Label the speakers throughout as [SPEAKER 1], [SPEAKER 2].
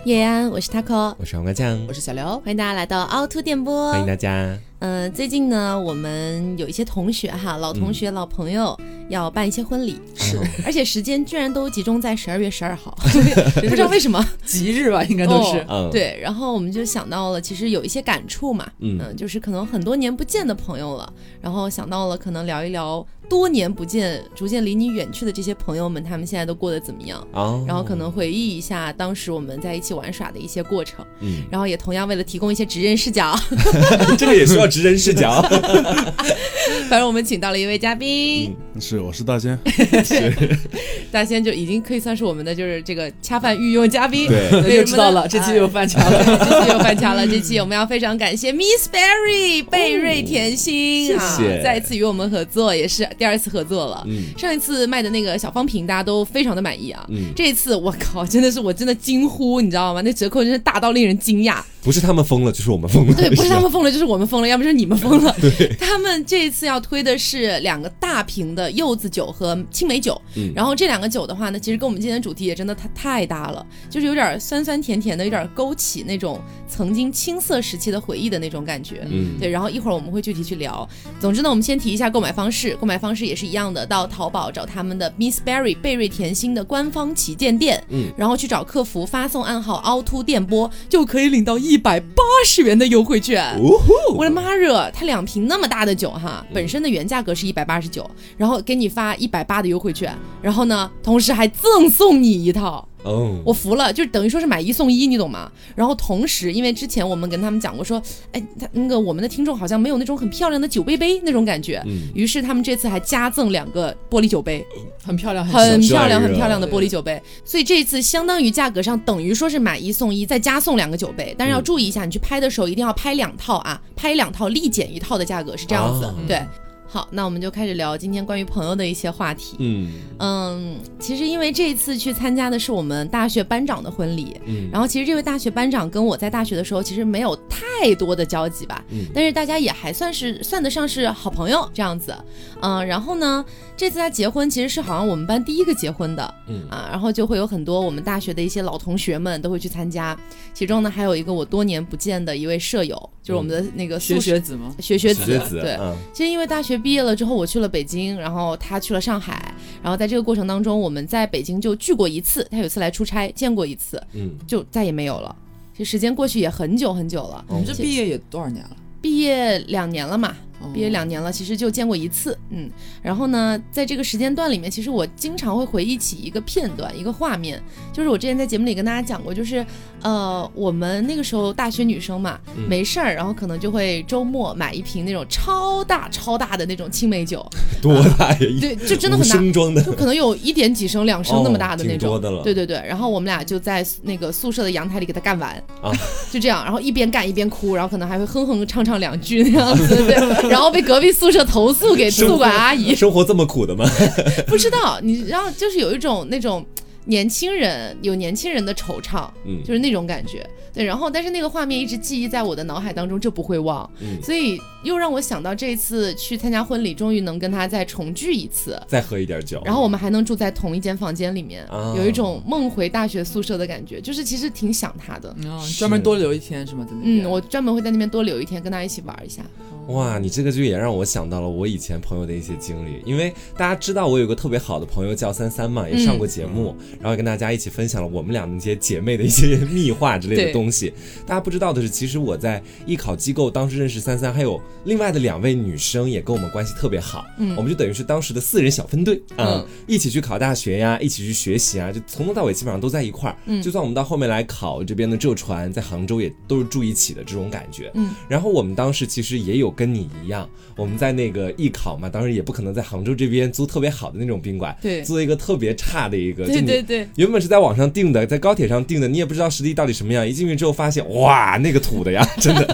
[SPEAKER 1] 叶安，我是 Taco，
[SPEAKER 2] 我是黄瓜酱，
[SPEAKER 3] 我是小刘，
[SPEAKER 1] 欢迎大家来到凹凸电波，
[SPEAKER 2] 欢迎大家。
[SPEAKER 1] 最近呢，我们有一些同学哈，老同学、老朋友要办一些婚礼，
[SPEAKER 3] 是，
[SPEAKER 1] 而且时间居然都集中在12月12号，不知道为什么
[SPEAKER 3] 吉日吧，应该都是。
[SPEAKER 1] 对，然后我们就想到了，其实有一些感触嘛，就是可能很多年不见的朋友了，然后想到了可能聊一聊多年不见、逐渐离你远去的这些朋友们，他们现在都过得怎么样？然后可能回忆一下当时我们在一起玩耍的一些过程，然后也同样为了提供一些职人视角，
[SPEAKER 2] 这个也需要职人视角。
[SPEAKER 1] 反正我们请到了一位嘉宾，
[SPEAKER 4] 我是大仙，
[SPEAKER 1] 大仙就已经可以算是我们的就是这个恰饭御用嘉宾，
[SPEAKER 3] 对，就知道了，这期又翻墙了，
[SPEAKER 1] 这期又翻墙了。这期我们要非常感谢 Miss Berry 贝瑞甜心，
[SPEAKER 2] 谢谢，
[SPEAKER 1] 再次与我们合作，也是第2次合作了。上一次卖的那个小方瓶大家都非常的满意啊，这一次我靠，真的是我真的惊呼，你知道吗？那折扣真是大到令人惊讶。
[SPEAKER 2] 不是他们疯了，就是我们疯了。
[SPEAKER 1] 对，不是他们疯了，就是我们疯了，要不就是你们疯了。对，他们这一次要推的是2个大瓶的柚子酒和青梅酒，然后这2个酒的话呢，其实跟我们今天的主题也真的太搭了，就是有点酸酸甜甜的，有点勾起那种曾经青涩时期的回忆的那种感觉。对，然后一会儿我们会具体去聊。总之呢，我们先提一下购买方式，购买方式也是一样的，到淘宝找他们的 Miss Berry 贝瑞甜心的官方旗舰店，然后去找客服发送暗号凹凸电波，就可以领到180元的优惠券。我的妈热，它2瓶那么大的酒哈，本身的原价格是189，然后给你发180的优惠券，然后呢，同时还赠送你一套。我服了，就等于说是买1送1，你懂吗？然后同时，因为之前我们跟他们讲过说，那个我们的听众好像没有那种很漂亮的酒杯那种感觉，于是他们这次还加赠2个玻璃酒杯，
[SPEAKER 3] 很漂亮，
[SPEAKER 1] 很漂亮的玻璃酒杯。所以这一次相当于价格上等于说是买1送1，再加送2个酒杯。但是要注意一下，你去拍的时候一定要拍2套啊，拍2套立减1套的价格是这样子，对。好，那我们就开始聊今天关于朋友的一些话题。其实因为这一次去参加的是我们大学班长的婚礼，然后其实这位大学班长跟我在大学的时候其实没有太多的交集吧，但是大家也还算得上是好朋友这样子。然后呢，这次他结婚其实是好像我们班第1个结婚的，然后就会有很多我们大学的一些老同学们都会去参加，其中呢还有一个我多年不见的一位舍友，就是我们的那个
[SPEAKER 3] 学子吗？
[SPEAKER 1] 学子，对，其实因为大学毕业了之后，我去了北京，然后他去了上海，然后在这个过程当中，我们在北京就聚过1次，他有一次来出差见过1次，就再也没有了。其实时间过去也很久很久了。
[SPEAKER 3] 我们这毕业也多少年了？
[SPEAKER 1] 毕业2年了嘛。毕业2年了，其实就见过1次，然后呢，在这个时间段里面，其实我经常会回忆起一个片段，一个画面，就是我之前在节目里跟大家讲过，就是我们那个时候大学女生嘛，没事儿，然后可能就会周末买1瓶那种超大的那种青梅酒，
[SPEAKER 2] 多大呀？
[SPEAKER 1] 对，就真的很大，
[SPEAKER 2] 升装的，
[SPEAKER 1] 就可能有1点几升、2升那么大的那种，
[SPEAKER 2] 挺多的了。
[SPEAKER 1] 对，然后我们俩就在那个宿舍的阳台里给它干完就这样，然后一边干一边哭，然后可能还会哼哼唱2句那样子，对。然后被隔壁宿舍投诉给宿管阿姨。
[SPEAKER 2] 生活这么苦的吗？
[SPEAKER 1] 不知道，你知道，就是有一种那种年轻人的惆怅，就是那种感觉。对，然后但是那个画面一直记忆在我的脑海当中，这不会忘，所以又让我想到这次去参加婚礼，终于能跟他再重聚1次，
[SPEAKER 2] 再喝一点酒，
[SPEAKER 1] 然后我们还能住在同一间房间里面，有一种梦回大学宿舍的感觉，就是其实挺想他的。
[SPEAKER 3] 专门多留1天是吗？在那边？
[SPEAKER 1] 我专门会在那边多留1天，跟他一起玩一下。
[SPEAKER 2] 哇，你这个就也让我想到了我以前朋友的一些经历，因为大家知道我有个特别好的朋友叫33嘛，也上过节目，然后跟大家一起分享了我们俩的那些姐妹的一些秘话之类的东西。大家不知道的是，其实我在艺考机构当时认识33，还有另外的2位女生也跟我们关系特别好，我们就等于是当时的4人小分队一起去考大学呀，一起去学习啊，就从头到尾基本上都在一块儿。就算我们到后面来考这边的浙传，在杭州也都是住一起的这种感觉。然后我们当时其实也有跟你一样，我们在那个艺考嘛，当时也不可能在杭州这边租特别好的那种宾馆，
[SPEAKER 1] 对，
[SPEAKER 2] 租一个特别差的一个，
[SPEAKER 1] 对，
[SPEAKER 2] 原本是在网上订的，在高铁上订的，你也不知道实际到底什么样，一进去之后发现，哇，那个土的呀，真的。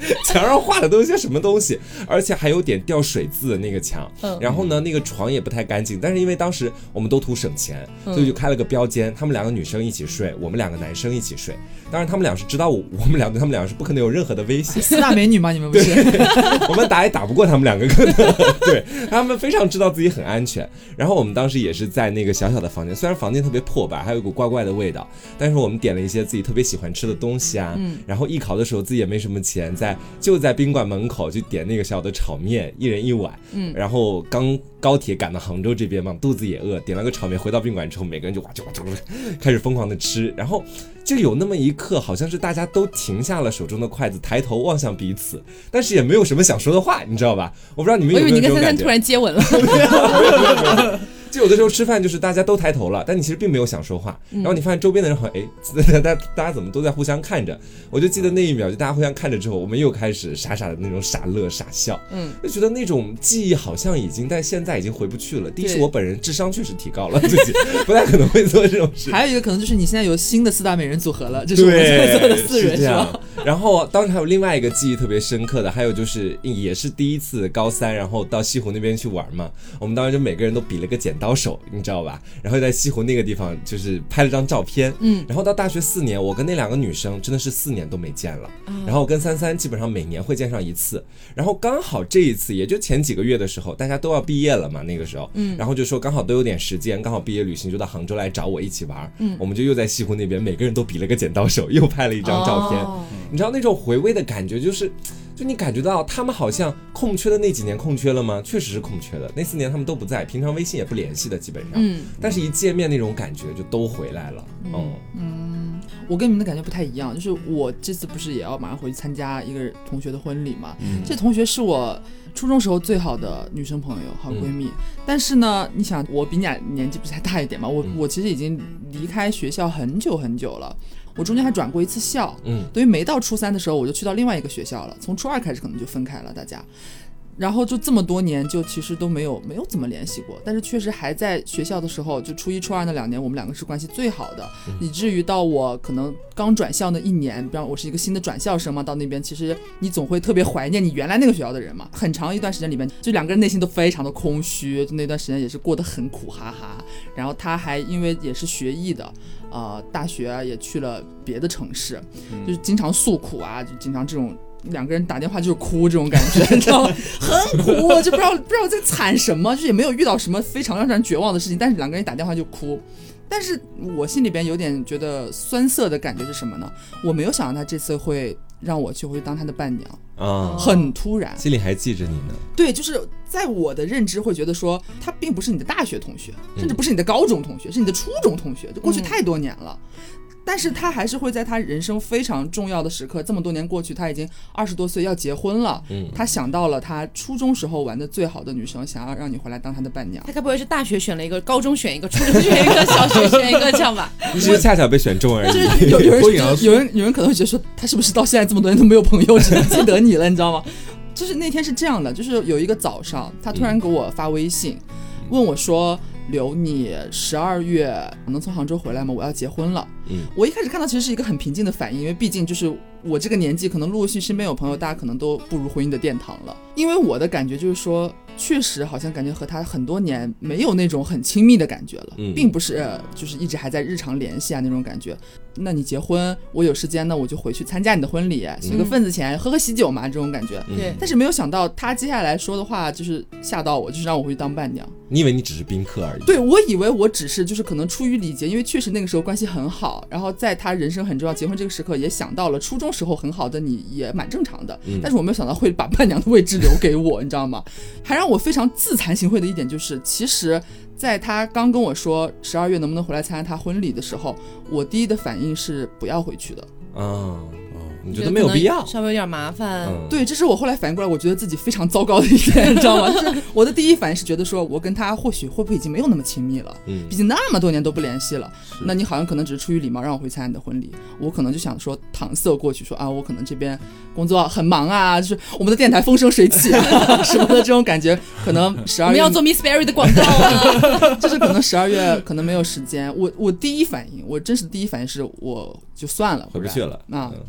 [SPEAKER 2] 墙上画的都是些什么东西，而且还有点掉水渍的那个墙。然后呢，那个床也不太干净，但是因为当时我们都图省钱，所以就开了个标间，他们2个女生一起睡，我们2个男生一起睡。当然他们俩是知道我们俩对他们俩是不可能有任何的威胁。
[SPEAKER 3] 4大美女吗？你们不是？
[SPEAKER 2] 我们打也打不过他们2个，可能对他们非常知道自己很安全。然后我们当时也是在那个小小的房间，虽然房间特别破败，还有一股怪怪的味道，但是我们点了一些自己特别喜欢吃的东西啊。然后艺考的时候自己也没什么钱，就在宾馆门口就点那个小的炒面，1人1碗。然后刚高铁赶到杭州这边嘛，肚子也饿，点了个炒面，回到宾馆之后，每个人就哇开始疯狂的吃，然后就有那么一刻，好像是大家都停下了手中的筷子，抬头望向彼此，但是也没有什么想说的话，你知道吧？我不知道你们有没有这种感觉。
[SPEAKER 1] 我以为你跟33突然接吻了。
[SPEAKER 2] 没有。就有的时候吃饭就是大家都抬头了，但你其实并没有想说话，然后你发现周边的人好像大家怎么都在互相看着。我就记得那一秒，就大家互相看着之后，我们又开始傻傻的那种傻乐傻笑，就觉得那种记忆好像已经，但现在已经回不去了。第一是我本人智商确实提高了，自己不太可能会做这种事。
[SPEAKER 3] 还有一个可能就是你现在有新的4大美人组合了，就是我们在座的4人是吧？
[SPEAKER 2] 然后当时还有另外一个记忆特别深刻的，还有就是也是第一次高3，然后到西湖那边去玩嘛，我们当时就每个人都比了个剪刀手，你知道吧？然后在西湖那个地方就是拍了张照片，然后到大学4年，我跟那2个女生真的是4年都没见了，然后跟33基本上每年会见上1次，然后刚好这一次也就前几个月的时候，大家都要毕业了嘛，那个时候，然后就说刚好都有点时间，刚好毕业旅行就到杭州来找我一起玩，我们就又在西湖那边每个人都比了个剪刀手，又拍了一张照片，你知道那种回味的感觉就你感觉到他们好像空缺的那几年空缺了吗？确实是空缺的，那4年他们都不在，平常微信也不联系的基本上，但是一见面那种感觉就都回来了。
[SPEAKER 3] 我跟你们的感觉不太一样，就是我这次不是也要马上回去参加一个同学的婚礼嘛，这同学是我初中时候最好的女生朋友，好闺蜜，但是呢，你想我比你俩年纪不是还大一点嘛，我其实已经离开学校很久很久了。我中间还转过一次校，等于没到初3的时候我就去到另外一个学校了，从初2开始可能就分开了大家，然后就这么多年就其实都没有怎么联系过，但是确实还在学校的时候，就初1初2那2年我们2个是关系最好的，以至于到我可能刚转校那1年，比方我是一个新的转校生嘛，到那边其实你总会特别怀念你原来那个学校的人嘛，很长一段时间里面就2个人内心都非常的空虚，就那段时间也是过得很苦哈哈。然后他还因为也是学艺的，大学也去了别的城市，就是经常诉苦啊，就经常这种2个人打电话就是哭这种感觉，你知道吗？很苦，就不知道在惨什么，就也没有遇到什么非常让人绝望的事情，但是2个人打电话就哭。但是我心里边有点觉得酸涩的感觉是什么呢？我没有想到他这次会让我去回去当他的伴娘，很突然，
[SPEAKER 2] 心里还记着你呢。
[SPEAKER 3] 对，就是在我的认知会觉得说，他并不是你的大学同学，甚至不是你的高中同学，是你的初中同学，就过去太多年了。但是他还是会在他人生非常重要的时刻，这么多年过去，他已经20多岁要结婚了，他想到了他初中时候玩的最好的女生，想要让你回来当他的伴娘。
[SPEAKER 1] 他该不会是大学选了一个，高中选一个，初中选一个，小学选一个这样吧？
[SPEAKER 2] 你只是恰巧被选中而已。
[SPEAKER 3] 有人可能会觉得说，他是不是到现在这么多年都没有朋友，只能记得你了，你知道吗？就是那天是这样的，就是有一个早上，他突然给我发微信，问我说，刘，你12月能从杭州回来吗？我要结婚了。我一开始看到其实是一个很平静的反应，因为毕竟就是我这个年纪，可能陆陆续身边有朋友，大家可能都步入婚姻的殿堂了。因为我的感觉就是说，确实好像感觉和他很多年没有那种很亲密的感觉了，并不是就是一直还在日常联系啊那种感觉。那你结婚，我有时间呢，我就回去参加你的婚礼，随个份子钱，喝喜酒嘛，这种感觉。但是没有想到他接下来说的话就是吓到我，就是让我回去当伴娘。
[SPEAKER 2] 你以为你只是宾客而已？
[SPEAKER 3] 对，我以为我只是就是可能出于礼节，因为确实那个时候关系很好，然后在他人生很重要结婚这个时刻也想到了初中时候很好的你也蛮正常的，但是我没有想到会把伴娘的位置留给我，你知道吗？还让我非常自惭形秽的一点就是，其实在他刚跟我说12月能不能回来参加他婚礼的时候，我第一的反应是不要回去的。
[SPEAKER 2] 你觉得没有必要，
[SPEAKER 1] 稍微有点麻烦。
[SPEAKER 3] 对，这是我后来反应过来，我觉得自己非常糟糕的一点，你知道吗？就是我的第一反应是觉得说，我跟他或许会不会已经没有那么亲密了，毕竟那么多年都不联系了。那你好像可能只是出于礼貌让我回参加你的婚礼，我可能就想说搪塞过去，说啊，我可能这边工作很忙啊，就是我们的电台风生水起啊什么的这种感觉，可能12月
[SPEAKER 1] 我们要做 Miss Berry 的广告啊，
[SPEAKER 3] 就是可能12月可能没有时间。我第一反应，我真实的第一反应是我就算了，
[SPEAKER 2] 回不去了
[SPEAKER 3] 啊，就还没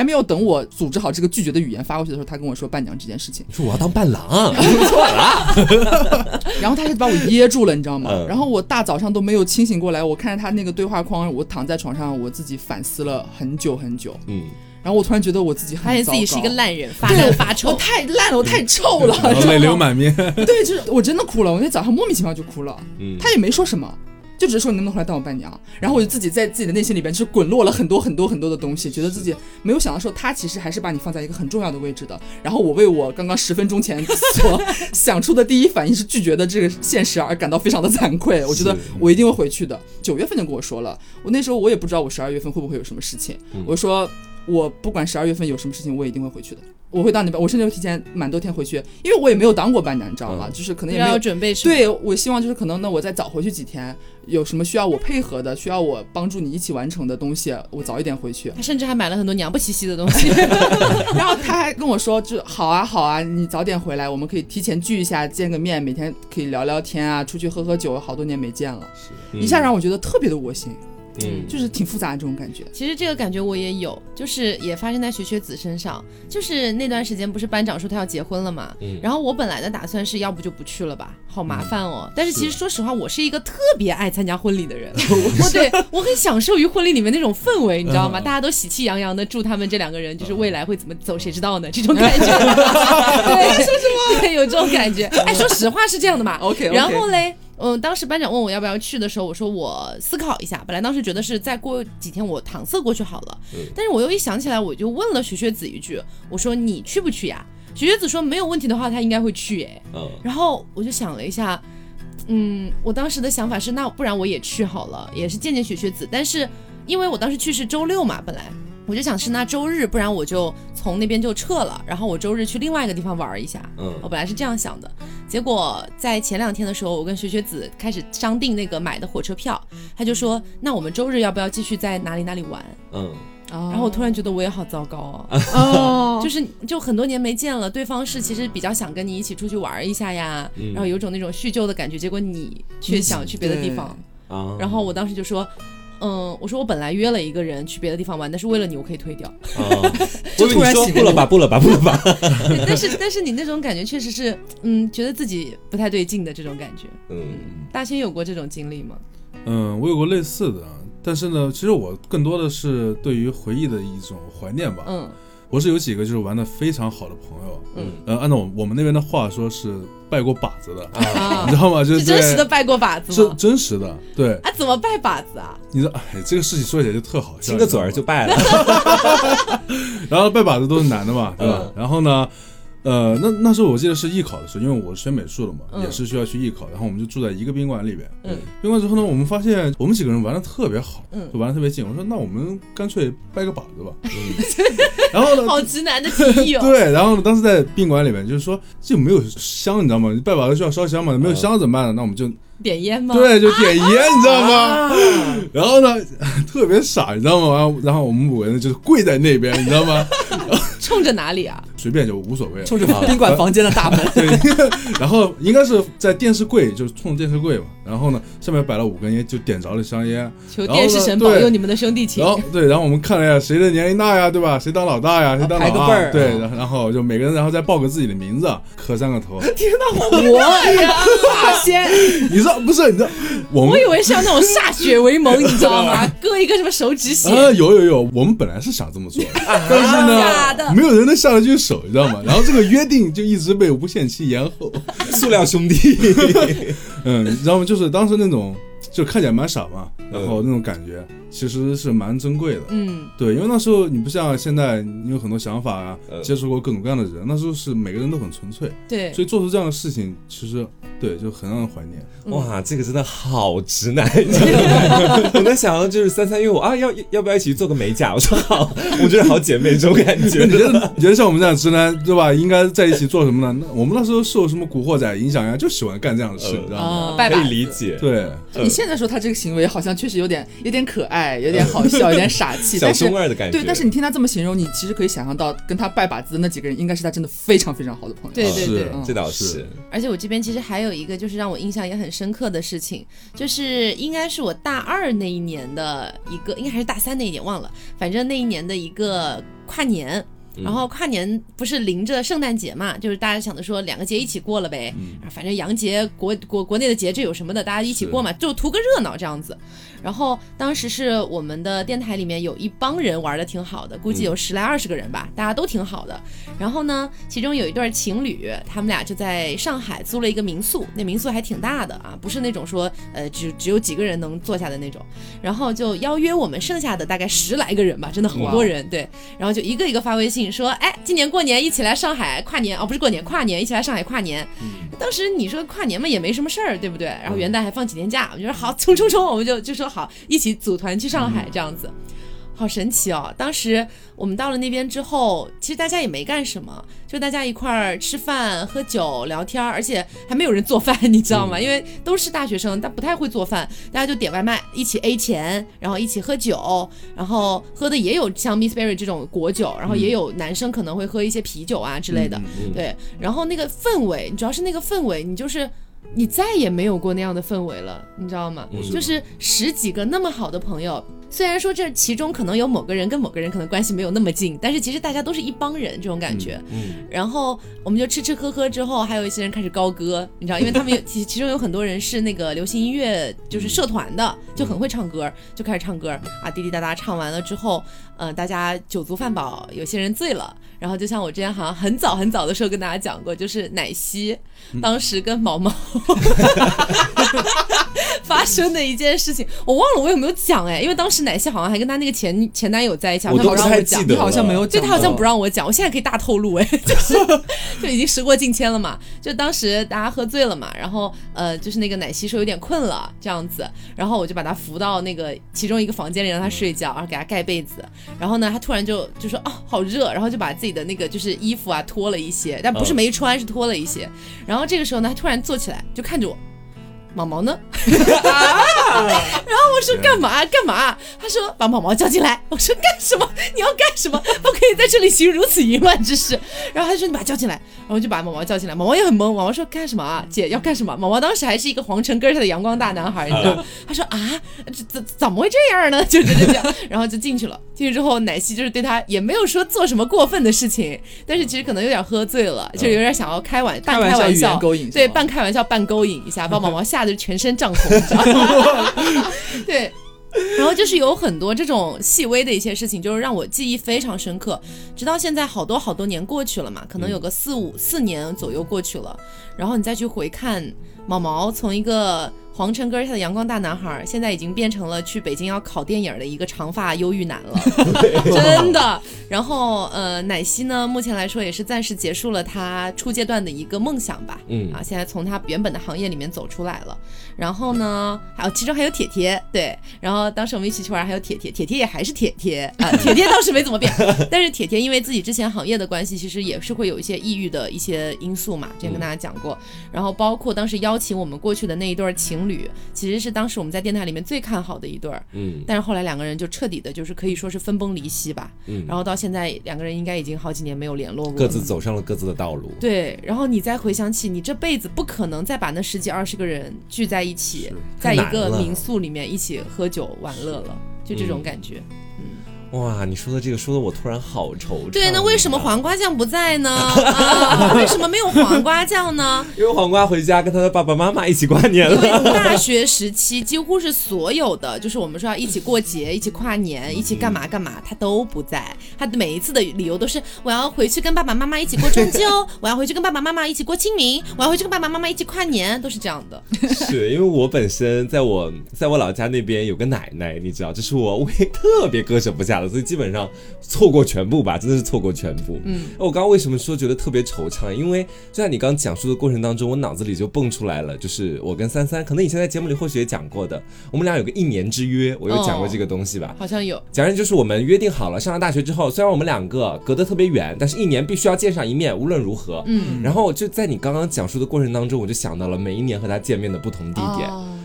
[SPEAKER 3] 没有等我组织好这个拒绝的语言发过去的时候，他跟我说伴娘这件事情，
[SPEAKER 2] 说我要当伴郎，错了。
[SPEAKER 3] 然后他就把我噎住了，你知道吗？然后我大早上都没有清醒过来，我看着他那个对话框，我躺在床上，我自己反思了很久很久。然后我突然觉得我自己很糟糕，
[SPEAKER 1] 发现自己是一个烂人，发烂发臭，
[SPEAKER 3] 我太烂了，我太臭了，
[SPEAKER 4] 然后泪流满面。
[SPEAKER 3] 对，就是我真的哭了，我那早上莫名其妙就哭了。他也没说什么。就只是说你能不能回来当我伴娘，然后我就自己在自己的内心里边就是滚落了很多很多很多的东西，觉得自己没有想到说他其实还是把你放在一个很重要的位置的。然后我为我刚刚10分钟前所想出的第一反应是拒绝的这个现实而感到非常的惭愧。我觉得我一定会回去的。9月份就跟我说了，我那时候我也不知道我12月份会不会有什么事情，我说我不管12月份有什么事情，我也一定会回去的。我会当你伴，我甚至会提前蛮多天回去，因为我也没有当过伴娘，你知道吗？就是可能也没有
[SPEAKER 1] 准备什么。
[SPEAKER 3] 对，我希望就是可能呢，我再早回去几天，有什么需要我配合的，需要我帮助你一起完成的东西，我早一点回去。
[SPEAKER 1] 他甚至还买了很多娘不兮兮的东西，
[SPEAKER 3] 然后他还跟我说，就好啊好啊，你早点回来，我们可以提前聚一下，见个面，每天可以聊聊天啊，出去喝喝酒，好多年没见了，一下让我觉得特别的窝心。就是挺复杂的这种感觉。
[SPEAKER 1] 其实这个感觉我也有，就是也发生在学学子身上。就是那段时间不是班长说他要结婚了嘛，然后我本来的打算是要不就不去了吧，好麻烦哦。但是其实说实话，我是一个特别爱参加婚礼的人，我很享受于婚礼里面那种氛围，你知道吗？大家都喜气洋洋的祝他们这两个人就是未来会怎么走，谁知道呢？这种感觉，对，说什么？对，有这种感觉。哎，说实话是这样的嘛。
[SPEAKER 3] OK。
[SPEAKER 1] 然后嘞。当时班长问我要不要去的时候，我说我思考一下。本来当时觉得是再过几天我搪塞过去好了，但是我又一想起来，我就问了学学子一句，我说你去不去呀？学学子说没有问题的话，他应该会去耶。然后我就想了一下，我当时的想法是，那不然我也去好了，也是见见学学子。但是因为我当时去是周6嘛，本来我就想是那周日，不然我就从那边就撤了，然后我周日去另外一个地方玩一下。我本来是这样想的，结果在前2天的时候，我跟学学子开始商定那个买的火车票，他就说那我们周日要不要继续在哪里哪里玩？然后我突然觉得我也好糟糕哦，就很多年没见了，对方是其实比较想跟你一起出去玩一下呀，然后有种那种叙旧的感觉，结果你却想去别的地方。然后我当时就说我说我本来约了一个人去别的地方玩，但是为了你我可以退掉。
[SPEAKER 2] 就突然醒了吧，不了吧。
[SPEAKER 1] 但是你那种感觉确实是觉得自己不太对劲的这种感觉。大仙有过这种经历吗？
[SPEAKER 4] 我有过类似的，但是呢，其实我更多的是对于回忆的一种怀念吧。我是有几个就是玩的非常好的朋友，按照我们那边的话说是拜过把子的你知道吗？就是
[SPEAKER 1] 真实的拜过把子吗？
[SPEAKER 4] 真实的，对啊，
[SPEAKER 1] 怎么拜把子啊？
[SPEAKER 4] 你说，这个事情说起来就特好笑，
[SPEAKER 2] 亲个嘴儿就拜了。
[SPEAKER 4] 然后拜把子都是男的嘛，对吧？然后呢，那时候我记得是艺考的时候，因为我是学美术的嘛，也是需要去艺考，然后我们就住在一个宾馆里边。宾馆之后呢，我们发现我们几个人玩的特别好，就玩的特别近。我说那我们干脆拜个把子吧。然后呢，
[SPEAKER 1] 好直男的提议哦。
[SPEAKER 4] 对，然后呢，当时在宾馆里面就是说就没有香，你知道吗？拜把子需要烧香嘛，没有香怎么办呢？那我们就
[SPEAKER 1] 点烟吗？
[SPEAKER 4] 对，就点烟，你知道吗？然后呢，特别傻，你知道吗？然后我们5个人就是跪在那边，你知道吗？
[SPEAKER 1] 冲着哪里啊？
[SPEAKER 4] 随便就无所谓，
[SPEAKER 3] 冲着宾馆房间的大门。
[SPEAKER 4] 对，然后应该是在电视柜，就是冲着电视柜嘛。然后呢，上面摆了5根烟，就点着了香烟。
[SPEAKER 1] 求电视神保佑你们的兄弟情。
[SPEAKER 4] 然后我们看了一下谁的年龄大呀，对吧？谁当老大呀？谁当老二？
[SPEAKER 3] 排个辈儿。
[SPEAKER 4] 对，然后就每个人，然后再报个自己的名字，磕3个头。
[SPEAKER 3] 天哪，我大仙！
[SPEAKER 4] 你知道不是？你知道
[SPEAKER 1] 我以为是要那种歃血为盟，你知道吗？割一个什么手指血？
[SPEAKER 4] 有，我们本来是想这么做的，但是呢，没有人能下得去手，你知道吗？然后这个约定就一直被无限期延后。
[SPEAKER 2] 塑料兄弟。
[SPEAKER 4] 你知道吗？就是当时那种就看起来蛮傻嘛，然后那种感觉其实是蛮珍贵的。对，因为那时候你不像现在，你有很多想法啊，接触过各种各样的人，那时候是每个人都很纯粹。对，所以做出这样的事情，其实对就很让人怀念。
[SPEAKER 2] 哇，这个真的好直男！我在想，就是33约我啊，要不要一起做个美甲？我说好，我觉得好姐妹这种感觉。
[SPEAKER 4] 你觉得像我们这样直男对吧？应该在一起做什么呢？我们那时候受什么古惑仔影响呀，就喜欢干这样的事，你知道吗？
[SPEAKER 2] 可以理解。
[SPEAKER 4] 对，
[SPEAKER 3] 你现在说他这个行为好像确实有点可爱，有点好笑，有点傻气，
[SPEAKER 2] 小中二的感觉。
[SPEAKER 3] 对，但是你听他这么形容，你其实可以想象到跟他拜把子的那几个人，应该是他真的非常非常好的朋友。
[SPEAKER 1] 对，
[SPEAKER 2] 这倒是。
[SPEAKER 1] 而且我这边其实还有一个就是让我印象也很深刻的事情，就是应该是我大2那一年的一个，应该还是大3那一年忘了，反正那一年的一个跨年。然后跨年不是临着圣诞节嘛，就是大家想着说2个节一起过了呗，反正洋节国内的节这有什么的，大家一起过嘛，就图个热闹这样子。然后当时是我们的电台里面有一帮人玩的挺好的，估计有10来20个人吧，大家都挺好的。然后呢，其中有一对情侣，他们俩就在上海租了一个民宿，那民宿还挺大的啊，不是那种说只有几个人能坐下的那种。然后就邀约我们剩下的大概10来个人吧，真的很多人，对。然后就一个一个发微信说，哎，今年过年一起来上海跨年，不是过年，跨年一起来上海跨年。当时你说跨年嘛也没什么事儿，对不对？然后元旦还放几天假，我觉得好，冲，我们就说好，一起组团去上海这样子。好神奇哦！当时我们到了那边之后，其实大家也没干什么，就大家一块儿吃饭、喝酒、聊天，而且还没有人做饭，你知道吗？因为都是大学生，但不太会做饭，大家就点外卖，一起 A 钱，然后一起喝酒，然后喝的也有像 Miss Berry 这种果酒，然后也有男生可能会喝一些啤酒啊之类的，对。然后那个氛围，主要是那个氛围，你再也没有过那样的氛围了，你知道吗？就是10几个那么好的朋友。虽然说这其中可能有某个人跟某个人可能关系没有那么近，但是其实大家都是一帮人这种感觉。然后我们就吃喝之后，还有一些人开始高歌，你知道，因为他们其中有很多人是那个流行音乐就是社团的，就很会唱歌，就开始唱歌啊，滴滴答答唱完了之后，大家酒足饭饱，有些人醉了。然后就像我之前好像很早的时候跟大家讲过，就是奶昔当时跟毛毛发生的一件事情，我忘了我有没有讲因为当时奶昔好像还跟他那个前男友在一起，
[SPEAKER 2] 我都不太记得了，
[SPEAKER 3] 你好像没有讲，
[SPEAKER 1] 对，他好像不让我讲，我现在可以大透露就已经时过境迁了嘛。就当时大家喝醉了嘛，然后就是那个奶昔说有点困了这样子，然后我就把他扶到那个其中一个房间里让他睡觉，然后给他盖被子，然后呢他突然就说好热，然后就把自己的那个就是衣服啊脱了一些，但不是没穿，是脱了一些。然后这个时候呢他突然坐起来就看着我，毛毛呢然后我说干嘛，他说把毛毛叫进来，我说干什么，你要干什么，不可以在这里行如此淫乱之事。然后他说你把他叫进来，然后就把毛毛叫进来，毛毛也很懵，毛毛说干什么啊，姐要干什么？毛毛当时还是一个黄橙根下的阳光大男孩，你知道他说怎么会这样呢，就是这样。然后就进去了，进去之后奶昔就是对他也没有说做什么过分的事情，但是其实可能有点喝醉了，就有点想要半开玩笑
[SPEAKER 3] 勾引，
[SPEAKER 1] 对，半开玩笑半勾引一下，把毛毛吓得全身涨红，你知道吗对，然后就是有很多这种细微的一些事情，就是让我记忆非常深刻，直到现在好多年过去了嘛，可能有个4年左右过去了，然后你再去回看毛毛从一个黄橙根下的阳光大男孩，现在已经变成了去北京要考电影的一个长发忧郁男了真的。然后奶昔呢目前来说也是暂时结束了他初阶段的一个梦想吧，现在从他原本的行业里面走出来了。然后呢其中还有铁铁，对，然后当时我们一起去玩还有铁铁也还是铁铁啊，铁铁倒是没怎么变但是铁铁因为自己之前行业的关系，其实也是会有一些抑郁的一些因素嘛，之前跟大家讲过。然后包括当时邀请我们过去的那一对情侣，其实是当时我们在电台里面最看好的一对但是后来2个人就彻底的就是可以说是分崩离析吧，然后到现在2个人应该已经好几年没有联络过，
[SPEAKER 2] 各自走上了各自的道路。
[SPEAKER 1] 对，然后你再回想起你这辈子不可能再把那10几20个人聚在一起，在一个民宿里面一起喝酒玩乐了，就这种感觉。
[SPEAKER 2] 哇，你说的这个说的我突然好惆怅。
[SPEAKER 1] 对，那为什么黄瓜酱不在呢？为什么没有黄瓜酱呢？
[SPEAKER 2] 因为黄瓜回家跟他的爸爸妈妈一起跨年了。
[SPEAKER 1] 因为大学时期几乎是所有的，就是我们说要一起过节、一起跨年、一起干嘛干嘛，他都不在。他每一次的理由都是我要回去跟爸爸妈妈一起过中秋，我要回去跟爸爸妈妈一起过清明，我要回去跟爸爸妈妈一起跨年，都是这样的。
[SPEAKER 2] 是因为我本身在我老家那边有个奶奶，你知道，这是我特别割舍不下。所以基本上错过全部吧，真的是错过全部。我刚刚为什么说觉得特别惆怅？因为就在你刚讲述的过程当中，我脑子里就蹦出来了，就是我跟33，可能以前在节目里或许也讲过的，我们俩有个1年之约，我有讲过这个东西吧？
[SPEAKER 1] 好像有。
[SPEAKER 2] 讲的就是我们约定好了，上了大学之后，虽然我们2个隔得特别远，但是1年必须要见上一面，无论如何。然后就在你刚刚讲述的过程当中，我就想到了每一年和他见面的不同地点。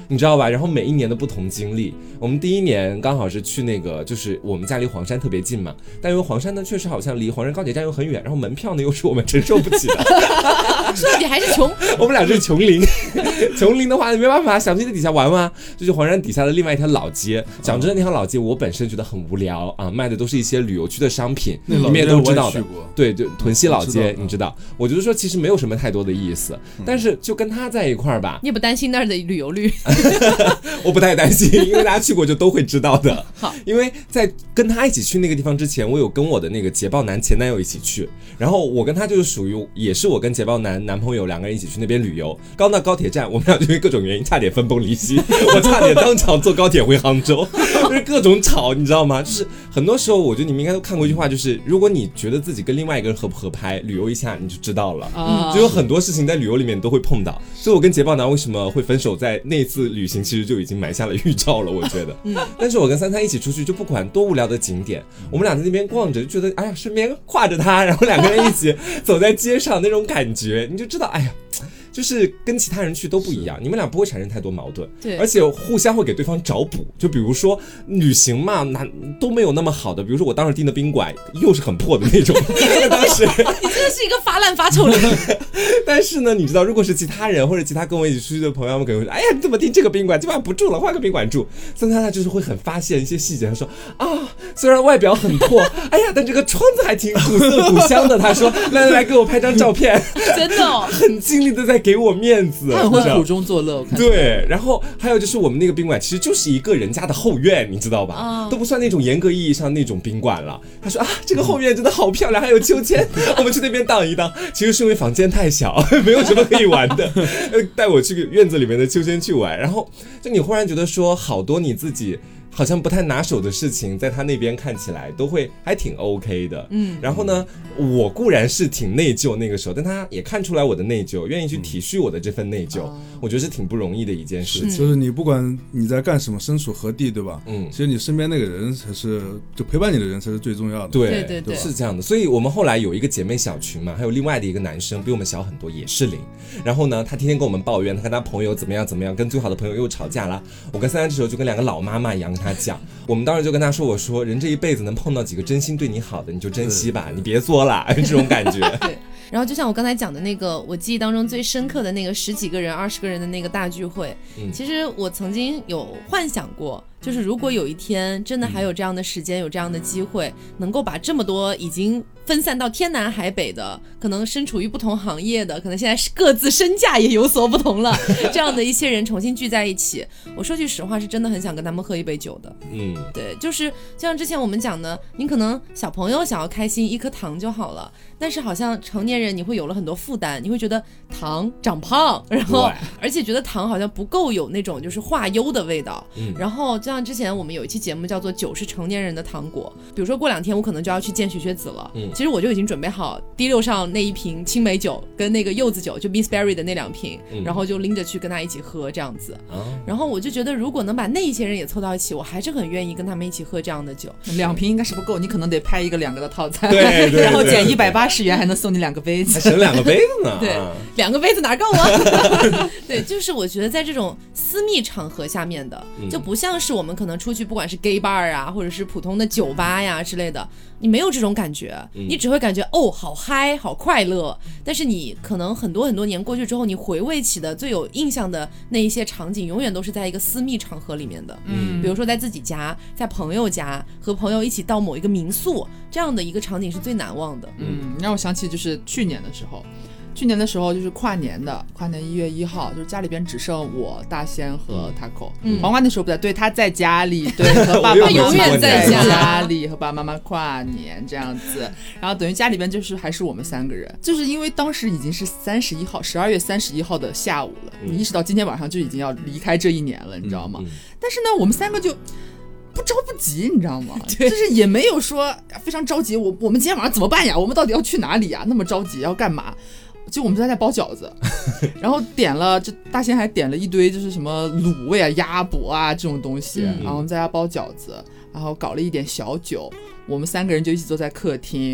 [SPEAKER 2] 你知道吧？然后每一年的不同经历，我们第一年刚好是去那个，就是我们家离黄山特别近嘛，但因为黄山呢确实好像离黄山高铁站又很远，然后门票呢又是我们承受不起的。
[SPEAKER 1] 说到底还是穷。
[SPEAKER 2] 我们俩是穷灵，穷灵的话你没办法，想去在底下玩吗？就是黄山底下的另外一条老街。讲真的，那条老街我本身觉得很无聊啊，卖的都是一些旅游区的商品，你们也都知道的。对，就屯溪老街，你知道。我觉得说其实没有什么太多的意思，但是就跟他在一块儿吧，
[SPEAKER 1] 你也不担心那儿的旅游率？
[SPEAKER 2] 我不太担心，因为大家去过就都会知道的。
[SPEAKER 1] 好，
[SPEAKER 2] 因为在跟他一起去那个地方之前，我有跟我的那个捷豹男前男友一起去，然后我跟他就是属于也是我跟捷豹男朋友两个人一起去那边旅游。刚到高铁站，我们俩就因为各种原因差点分崩离析，我差点当场坐高铁回杭州，就是各种吵，你知道吗？就是很多时候，我觉得你们应该都看过一句话，就是如果你觉得自己跟另外一个人合不合拍，旅游一下你就知道了。就有很多事情在旅游里面都会碰到，所以我跟捷豹男为什么会分手，在那次旅行其实就已经埋下了预兆了，我觉得。但是我跟33一起出去，就不管多无聊的景点，我们俩在那边逛着，就觉得哎呀，身边挎着他，然后两个人一起走在街上那种感觉，你就知道，哎呀。就是跟其他人去都不一样，你们俩不会产生太多矛盾，
[SPEAKER 1] 对，
[SPEAKER 2] 而且互相会给对方找补。就比如说旅行嘛，都没有那么好的，比如说我当时订的宾馆又是很破的那种，当时
[SPEAKER 1] 你真的是一个发烂发臭的人。
[SPEAKER 2] 但是呢，你知道，如果是其他人或者其他跟我一起出去的朋友，们可能会说，哎呀，你怎么订这个宾馆，今晚不住了，换个宾馆住。所以他就是会很发现一些细节，他说啊，虽然外表很破，哎呀，但这个窗子还挺古色古香的。他说，来给我拍张照片，
[SPEAKER 1] 真的哦，
[SPEAKER 2] 很尽力的在给我面子，
[SPEAKER 3] 他很会苦中作乐。我看
[SPEAKER 2] 对，然后还有就是我们那个宾馆其实就是一个人家的后院，你知道吧？都不算那种严格意义上那种宾馆了。他说啊，这个后院真的好漂亮，还有秋千，我们去那边荡一荡。其实是因为房间太小，没有什么可以玩的，带我去院子里面的秋千去玩。然后就你忽然觉得说，好多你自己好像不太拿手的事情，在他那边看起来都会还挺 OK 的。然后呢，我固然是挺内疚那个时候，但他也看出来我的内疚，愿意去体恤我的这份内疚，我觉得是挺不容易的一件事情。
[SPEAKER 4] 就是你不管你在干什么，身处何地，对吧？其实你身边那个人才是，就陪伴你的人才是最重要的。
[SPEAKER 2] 对，是这样的。所以我们后来有一个姐妹小群嘛，还有另外的一个男生比我们小很多，也是0。然后呢，他天天跟我们抱怨，他跟他朋友怎么样，跟最好的朋友又吵架了。我跟33这时候就跟两个老妈妈一样跟他讲，我们当时就跟他说，我说人这一辈子能碰到几个真心对你好的，你就珍惜吧，你别作了，这种感觉。
[SPEAKER 1] 对。然后就像我刚才讲的那个，我记忆当中最深刻的那个10几个人、20个人的那个大聚会，其实我曾经有幻想过，就是如果有一天真的还有这样的时间，有这样的机会，能够把这么多已经分散到天南海北的，可能身处于不同行业的，可能现在各自身价也有所不同了，这样的一些人重新聚在一起，我说句实话，是真的很想跟他们喝一杯酒的。对，就是像之前我们讲的，你可能小朋友想要开心，一颗糖就好了，但是好像成年人你会有了很多负担，你会觉得糖长胖，然后而且觉得糖好像不够有那种就是化忧的味道。然后就像之前我们有一期节目叫做酒是成年人的糖果，比如说过2天我可能就要去见学学子了，其实我就已经准备好第6上那一瓶青梅酒跟那个柚子酒，就 Miss Berry 的那2瓶，然后就拎着去跟他一起喝这样子。然后我就觉得如果能把那一些人也凑到一起，我还是很愿意跟他们一起喝这样的酒。
[SPEAKER 3] 2瓶应该是不够，你可能得拍一个2个的套餐，
[SPEAKER 2] 对，
[SPEAKER 3] 然后减180元还能送你2个杯子，
[SPEAKER 2] 还省2个杯子呢。
[SPEAKER 1] 对，2个杯子哪够啊？对，就是我觉得在这种私密场合下面的，就不像是我们可能出去不管是 gay bar 啊，或者是普通的酒吧呀之类的，你没有这种感觉，你只会感觉哦好嗨好快乐，但是你可能很多年过去之后，你回味起的最有印象的那一些场景，永远都是在一个私密场合里面的。比如说在自己家，在朋友家，和朋友一起到某一个民宿，这样的一个场景是最难忘的。
[SPEAKER 3] 让我想起就是去年的时候就是跨年1月1号，就是家里边只剩我大仙和 Taco。黄瓜那时候不在，对，他在家里，对，和爸爸
[SPEAKER 1] 永远在
[SPEAKER 3] 家里和爸爸妈妈跨年这样子，然后等于家里边就是还是我们3个人，就是因为当时已经是31号，12月31号的下午了，你意识到今天晚上就已经要离开这一年了，你知道吗？但是呢，我们3个就不着不急，你知道吗？就是也没有说非常着急，我们今天晚上怎么办呀？我们到底要去哪里呀？那么着急要干嘛？就我们在家包饺子，然后点了，这大仙还点了一堆就是什么卤味啊、鸭脖啊这种东西，然后我们在家包饺子，然后搞了一点小酒，我们3个人就一起坐在客厅，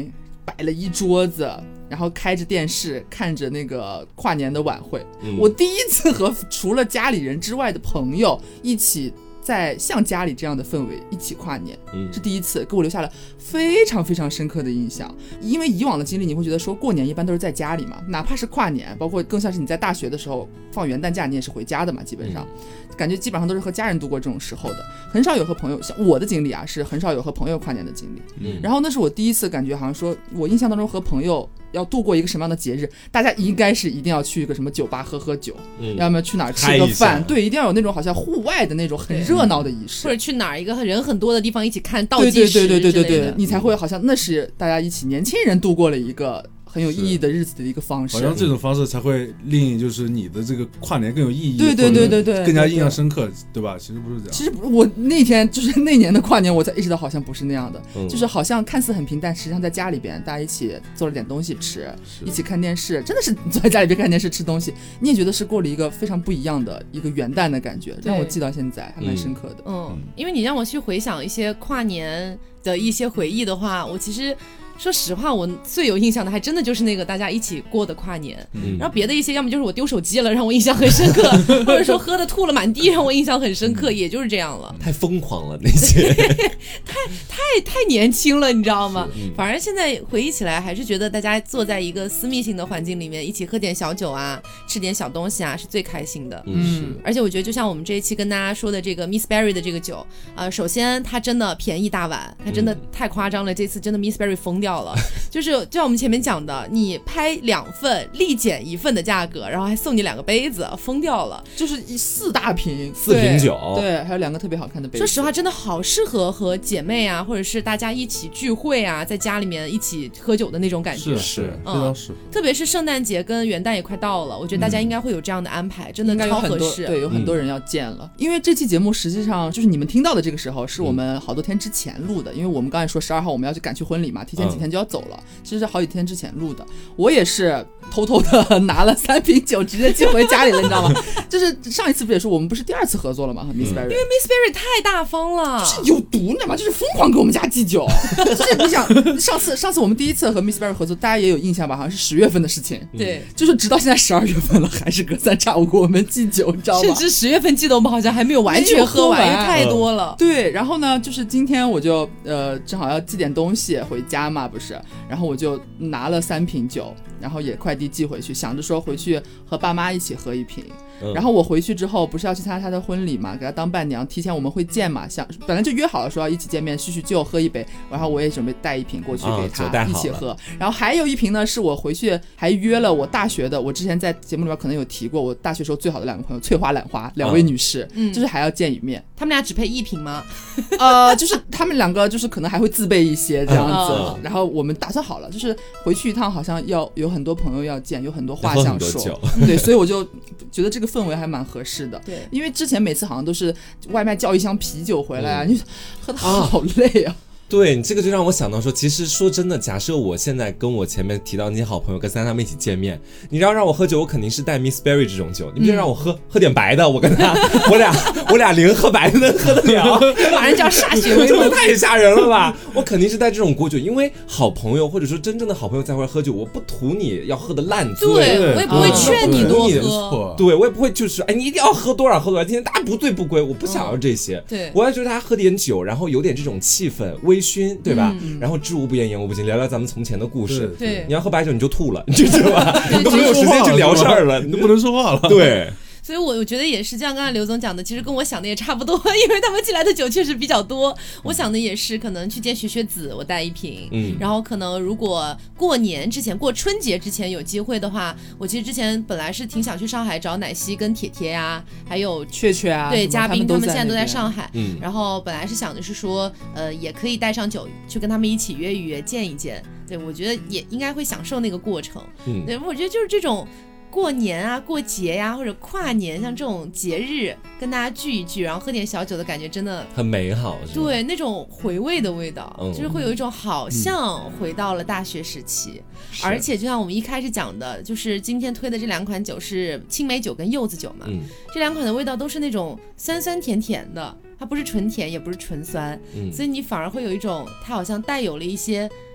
[SPEAKER 3] 摆了一桌子，然后开着电视看着那个跨年的晚会。我第一次和除了家里人之外的朋友一起在像家里这样的氛围一起跨年，是第一次，给我留下了非常非常深刻的印象。因为以往的经历你会觉得说过年一般都是在家里嘛，哪怕是跨年，包括更像是你在大学的时候放元旦假你也是回家的嘛，基本上感觉基本上都是和家人度过这种时候的，很少有和朋友，像我的经历啊是很少有和朋友跨年的经历。然后那是我第一次感觉好像说我印象当中和朋友要度过一个什么样的节日，大家应该是一定要去一个什么酒吧喝酒，要么去哪儿吃个饭，对，一定要有那种好像户外的那种很热闹的仪式，
[SPEAKER 1] 或者去哪儿一个人很多的地方一起看倒计时，
[SPEAKER 3] 对，你才会好像那是大家一起年轻人度过了一个很有意义的日子的一个方式，
[SPEAKER 4] 好像这种方式才会令就是你的这个跨年更有意义，
[SPEAKER 3] 对，
[SPEAKER 4] 更加印象深刻，对吧？其实不是这样。
[SPEAKER 3] 其实我那天就是那年的跨年，我才意识到好像不是那样的，就是好像看似很平淡，实际上在家里边大家一起做了点东西吃，一起看电视，真的是坐在家里边看电视吃东西，你也觉得是过了一个非常不一样的一个元旦的感觉，让我记到现在还蛮深刻的。
[SPEAKER 1] 因为你让我去回想一些跨年的一些回忆的话，我其实说实话，我最有印象的还真的就是那个大家一起过的跨年，然后别的一些要么就是我丢手机了让我印象很深刻，或者说喝的吐了满地让我印象很深刻，也就是这样了。
[SPEAKER 2] 太疯狂了那些
[SPEAKER 1] 太年轻了，你知道吗？反而现在回忆起来还是觉得大家坐在一个私密性的环境里面一起喝点小酒啊，吃点小东西啊，是最开心的。而且我觉得就像我们这一期跟大家说的这个 Miss Berry 的这个酒，首先它真的便宜大碗，它真的太夸张了，这次真的 Miss Berry 疯掉了，就是就像我们前面讲的，你拍2份立减1份的价格，然后还送你2个杯子，疯掉了，
[SPEAKER 3] 就是4大瓶
[SPEAKER 2] ，4瓶酒，
[SPEAKER 3] 对，还有2个特别好看的杯子。
[SPEAKER 1] 说实话，真的好适合和姐妹啊，或者是大家一起聚会啊，在家里面一起喝酒的那种感觉，
[SPEAKER 4] 是非常适合。
[SPEAKER 1] 特别是圣诞节跟元旦也快到了，我觉得大家应该会有这样的安排，真的超合适。
[SPEAKER 3] 对，有很多人要见了，因为这期节目实际上就是你们听到的这个时候，是我们好多天之前录的，因为我们刚才说12号我们要去赶去婚礼嘛，提前几天就要走了，其实是好几天之前录的。我也是偷偷的拿了3瓶酒直接寄回家里了，你知道吗？就是上一次不也是我们不是第2次合作了吗？和 Miss Berry， 因
[SPEAKER 1] 为 Miss Berry 太大方了，
[SPEAKER 3] 就是有毒，你知道吗？就是疯狂给我们家寄酒。就是你想，上次我们第一次和 Miss Berry 合作，大家也有印象吧？好像是10月份的事情。
[SPEAKER 1] 对，
[SPEAKER 3] 就是直到现在12月份了，还是隔三差五给我们寄酒，你知道吗？
[SPEAKER 1] 甚至10月份寄的我们好像还没有完全喝完，因为太多了。
[SPEAKER 3] 对，然后呢，就是今天我就正好要寄点东西回家嘛，不是？然后我就拿了3瓶酒，然后也快递寄回去，想着说回去和爸妈一起喝1瓶。然后我回去之后不是要去参加他的婚礼嘛，给他当伴娘，提前我们会见嘛，本来就约好了说要一起见面叙叙旧喝1杯，然后我也准备带1瓶过去给他一起喝，然后还有1瓶呢是我回去还约了我大学的，我之前在节目里面可能有提过，我大学时候最好的2个朋友翠花兰花2位女士，就是还要见一面。
[SPEAKER 1] 他们俩只配1瓶吗？
[SPEAKER 3] 就是他们2个就是可能还会自备一些这样子，然后我们打算好了，就是回去一趟好像要有很多朋友要见，有很多话想说，对，所以我就觉得这个氛围还蛮合适的。
[SPEAKER 1] 对，
[SPEAKER 3] 因为之前每次好像都是外卖叫1箱啤酒回来啊，你喝的好累啊。
[SPEAKER 2] 对，你这个就让我想到说，其实说真的，假设我现在跟我前面提到那些好朋友跟他们一起见面，你要让我喝酒，我肯定是带 Miss Berry 这种酒，你别让我喝点白的，我跟他我俩零喝白的能喝得了，
[SPEAKER 1] 马上就要歃血为盟，
[SPEAKER 2] 真的太吓人了吧！我肯定是带这种果酒，因为好朋友或者说真正的好朋友在一块喝酒，我不图你要喝的烂醉，
[SPEAKER 1] 对，我也不会劝你多喝，
[SPEAKER 2] 对，我也不会就是你一定要喝多少，今天大家不醉不归，我不想要这些，
[SPEAKER 1] 对，
[SPEAKER 2] 我要觉得大家喝点酒，然后有点这种气氛微醺，对吧？然后知无不言，言无不尽，聊聊咱们从前的故事。
[SPEAKER 1] 对，
[SPEAKER 2] 你要喝白酒你就吐了，你知道吧？你都没有时间去聊事儿了，
[SPEAKER 4] 你都不能说话了。
[SPEAKER 2] 对。
[SPEAKER 1] 所以我觉得也是，就像刚才刘总讲的，其实跟我想的也差不多，因为他们寄来的酒确实比较多。我想的也是，可能去见学子，我带1瓶，然后可能如果过年之前、过春节之前有机会的话，我其实之前本来是挺想去上海找奶昔跟铁铁啊，还有
[SPEAKER 3] 雀雀啊，
[SPEAKER 1] 对嘉宾，他们现在都在上海，然后本来是想的是说，也可以带上酒去跟他们一起约一约，见一见。对，我觉得也应该会享受那个过程。对，我觉得就是这种。过年啊，过节呀，或者跨年，像这种节日，跟大家聚一聚，然后喝点小酒的感觉，真的
[SPEAKER 2] 很美好。
[SPEAKER 1] 对，那种回味的味道，就是会有一种好像回到了大学时期。而且就像我们一开始讲的，就是今天推的这2款酒是青梅酒跟柚子酒嘛，这2款的味道都是那种酸酸甜甜的，它不是纯甜，也不是纯酸，所以你反而会有一种它好像带有了一些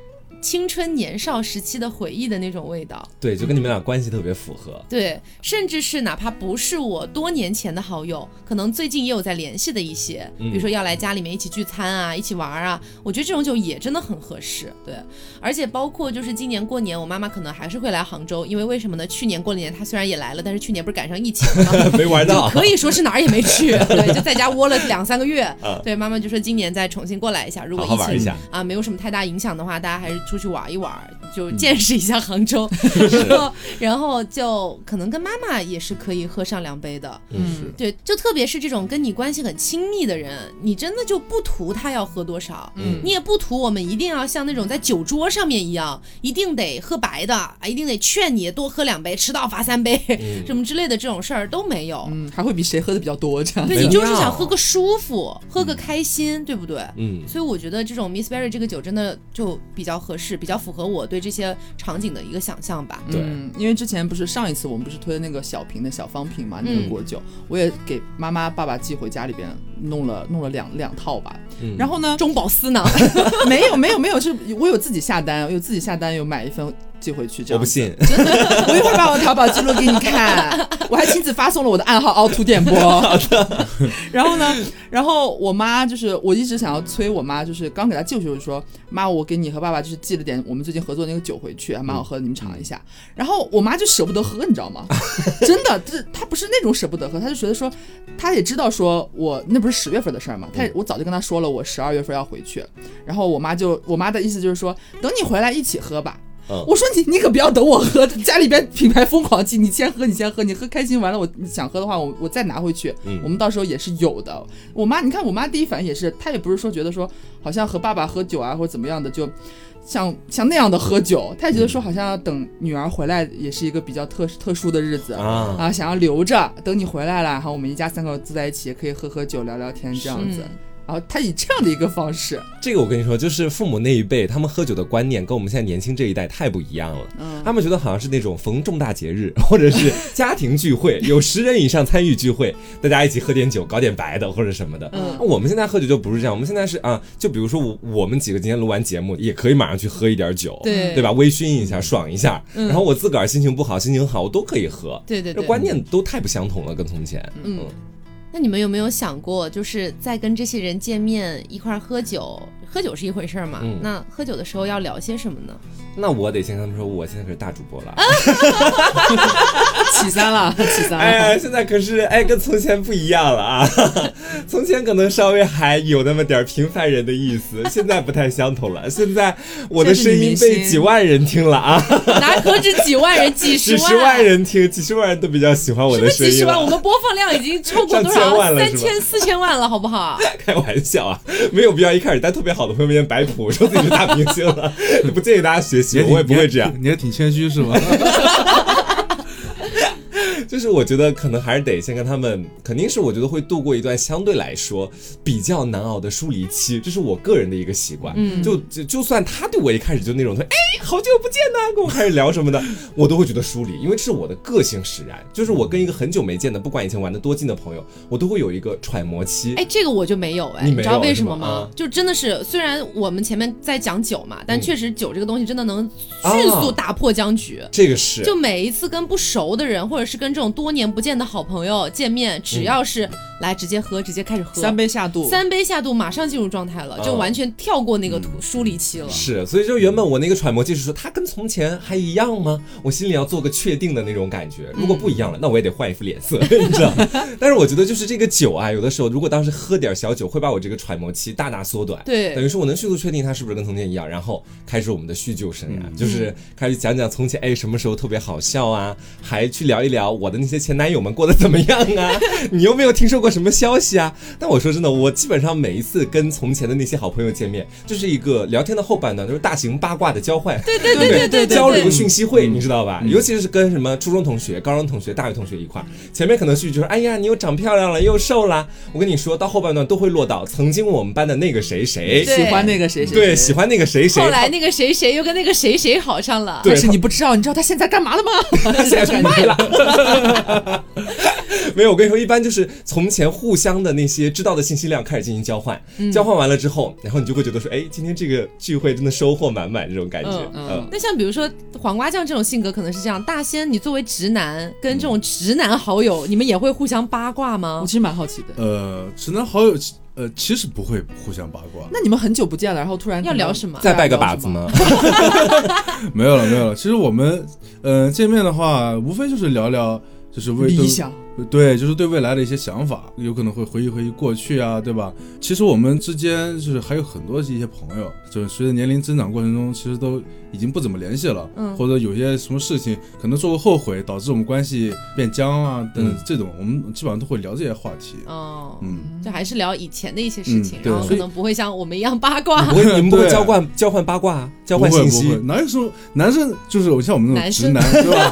[SPEAKER 1] 青春年少时期的回忆的那种味道。
[SPEAKER 2] 对，就跟你们俩关系特别符合。
[SPEAKER 1] 对，甚至是哪怕不是我多年前的好友，可能最近也有在联系的一些，比如说要来家里面一起聚餐啊，一起玩啊，我觉得这种酒也真的很合适。对，而且包括就是今年过年，我妈妈可能还是会来杭州，因为为什么呢？去年过年她虽然也来了，但是去年不是赶上疫情了吗？
[SPEAKER 2] 没玩到，
[SPEAKER 1] 可以说是哪儿也没去，对，就在家窝了2-3个月。对，妈妈就说今年再重新过来一下，如果疫情没有什么太大影响的话，大家还是出去玩一玩，就见识一下杭州。然后就可能跟妈妈也是可以喝上2杯的。对，就特别是这种跟你关系很亲密的人，你真的就不图他要喝多少，你也不图我们一定要像那种在酒桌上面一样，一定得喝白的，一定得劝你多喝2杯，迟到罚3杯，什么之类的这种事儿都没有。
[SPEAKER 3] 还会比谁喝的比较多这样。
[SPEAKER 1] 对，你就是想喝个舒服，喝个开心，对不对？所以我觉得这种 Miss Berry 这个酒真的就比较合适，比较符合我对这些场景的一个想象吧。
[SPEAKER 2] 对，
[SPEAKER 3] 因为之前不是上一次我们不是推那个小瓶的小方瓶嘛，那个果酒，我也给妈妈爸爸寄回家里边弄了两套吧。然后呢，
[SPEAKER 1] 中饱私囊。
[SPEAKER 3] 没有，就是我有自己下单，有买一份寄回去，这样。
[SPEAKER 2] 我不信，
[SPEAKER 3] 真的，我一会儿把我淘宝记录给你看，我还亲自发送了我的暗号凹凸电波。然后呢，我妈就是我一直想要催我妈，就是刚给她寄回去，就是说妈，我给你和爸爸就是寄了点我们最近合作的那个酒回去，还蛮好喝的，你们尝一下。然后我妈就舍不得喝，你知道吗？真的，她不是那种舍不得喝，她就觉得说，她也知道说我那不是10月份的事儿嘛，我早就跟她说了，我12月份要回去。然后我妈的意思就是说，等你回来一起喝吧。我说你可不要等我喝，家里边品牌疯狂寄，你先喝，你喝开心完了，我想喝的话我再拿回去，我们到时候也是有的。我妈，你看我妈第一反应也是，她也不是说觉得说好像和爸爸喝酒啊或者怎么样的，就像那样的喝酒，她也觉得说好像要等女儿回来也是一个比较特殊的日子啊，想要留着，等你回来了，然后我们一家3口坐在一起，也可以喝酒聊聊天这样子。然后他以这样的一个方式，
[SPEAKER 2] 这个我跟你说，就是父母那一辈他们喝酒的观念跟我们现在年轻这一代太不一样了。他们觉得好像是那种逢重大节日或者是家庭聚会，有10人以上参与聚会，大家一起喝点酒，搞点白的或者什么的。我们现在喝酒就不是这样，我们现在是就比如说我们几个今天录完节目，也可以马上去喝一点酒，对吧？微醺一下，爽一下。然后我自个儿心情不好、心情好，我都可以喝。
[SPEAKER 1] 对，
[SPEAKER 2] 这观念都太不相同了，跟从前。
[SPEAKER 1] 那你们有没有想过，就是在跟这些人见面一块喝酒是一回事嘛？那喝酒的时候要聊些什么呢？
[SPEAKER 2] 那我得先跟他们说，我现在可是大主播了，
[SPEAKER 3] 起三了。
[SPEAKER 2] 哎呀，现在可是跟从前不一样了啊！从前可能稍微还有那么点平凡人的意思，现在不太相同了。现在我的声音被几万人听了啊！
[SPEAKER 1] 哪可止几万人，几十
[SPEAKER 2] 万人听，几十万人都比较喜欢我的声音了。
[SPEAKER 1] 几十万，我们播放量已经超过多少？3000、4000万了，好不好？
[SPEAKER 2] 开玩笑啊，没有必要一开始带特别好的朋友面前摆谱，说自己是大明星了，不建议大家学习，我也不会这样。
[SPEAKER 4] 你也挺谦虚是吗？
[SPEAKER 2] 就是我觉得可能还是得先跟他们，肯定是我觉得会度过一段相对来说比较难熬的疏离期，这是我个人的一个习惯。就算他对我一开始就那种好久不见呐，跟我开始聊什么的，我都会觉得疏离，因为这是我的个性使然。就是我跟一个很久没见的，不管以前玩的多近的朋友，我都会有一个揣摩期。
[SPEAKER 1] 这个我就没有你知道为什么吗？就真的是，虽然我们前面在讲酒嘛，但确实酒这个东西真的能迅速打破僵局。
[SPEAKER 2] 这个是，
[SPEAKER 1] 就每一次跟不熟的人，或者是跟这种多年不见的好朋友见面，只要是来直接喝，直接开始喝
[SPEAKER 3] ，3杯下肚，马上进入状态了，就完全跳过那个疏离期了。
[SPEAKER 2] 是，所以就原本我那个揣摩就是说，他跟从前还一样吗？我心里要做个确定的那种感觉。如果不一样了，那我也得换一副脸色，你知道。但是我觉得就是这个酒啊，有的时候如果当时喝点小酒，会把我这个揣摩期大大缩短。
[SPEAKER 1] 对，
[SPEAKER 2] 等于说我能迅速确定他是不是跟从前一样，然后开始我们的叙旧生涯，就是开始讲讲从前什么时候特别好笑啊，还去聊一聊我的那些前男友们过得怎么样啊？你有没有听说过什么消息啊？但我说真的，我基本上每一次跟从前的那些好朋友见面，就是一个聊天的后半段，就是大型八卦的交换，
[SPEAKER 1] 对，
[SPEAKER 2] 交流讯息会，你知道吧？尤其是跟什么初中同学、高中同学、大学同学一块，前面可能是就是哎呀，你又长漂亮了，又瘦了。我跟你说到后半段都会落到曾经我们班的那个谁谁
[SPEAKER 3] 喜欢那个谁谁，
[SPEAKER 2] 对，喜欢那个谁谁，
[SPEAKER 1] 后来那个谁谁又跟那个谁谁好上了。
[SPEAKER 3] 但是你知道他现在干嘛了吗？
[SPEAKER 2] 现在卖了。 没有，我跟你说，一般就是从前互相的那些知道的信息量开始进行交换，交换完了之后，然后你就会觉得说，哎，今天这个聚会真的收获满满这种感觉。
[SPEAKER 1] 那像比如说黄瓜酱这种性格可能是这样，大仙你作为直男跟这种直男好友，你们也会互相八卦吗？
[SPEAKER 3] 我其实蛮好奇的。
[SPEAKER 4] 直男好友其实不会互相八卦。
[SPEAKER 3] 那你们很久不见了，然后突然
[SPEAKER 1] 要聊什么？
[SPEAKER 2] 再拜个把子吗？
[SPEAKER 4] 没有了。其实我们见面的话，无非就是聊聊，就是
[SPEAKER 3] 理想。
[SPEAKER 4] 对，就是对未来的一些想法，有可能会回忆过去啊，对吧？其实我们之间就是还有很多一些朋友，就是随着年龄增长过程中，其实都已经不怎么联系了，或者有些什么事情可能做过后悔，导致我们关系变僵啊等这种，我们基本上都会聊这些话题。
[SPEAKER 1] 就还是聊以前的一些事情，然后可能不会像我们一样八卦。
[SPEAKER 2] 你们不会交换八卦，交换信息？
[SPEAKER 4] 不会，哪有说男生就是像我们那种直男，对吧？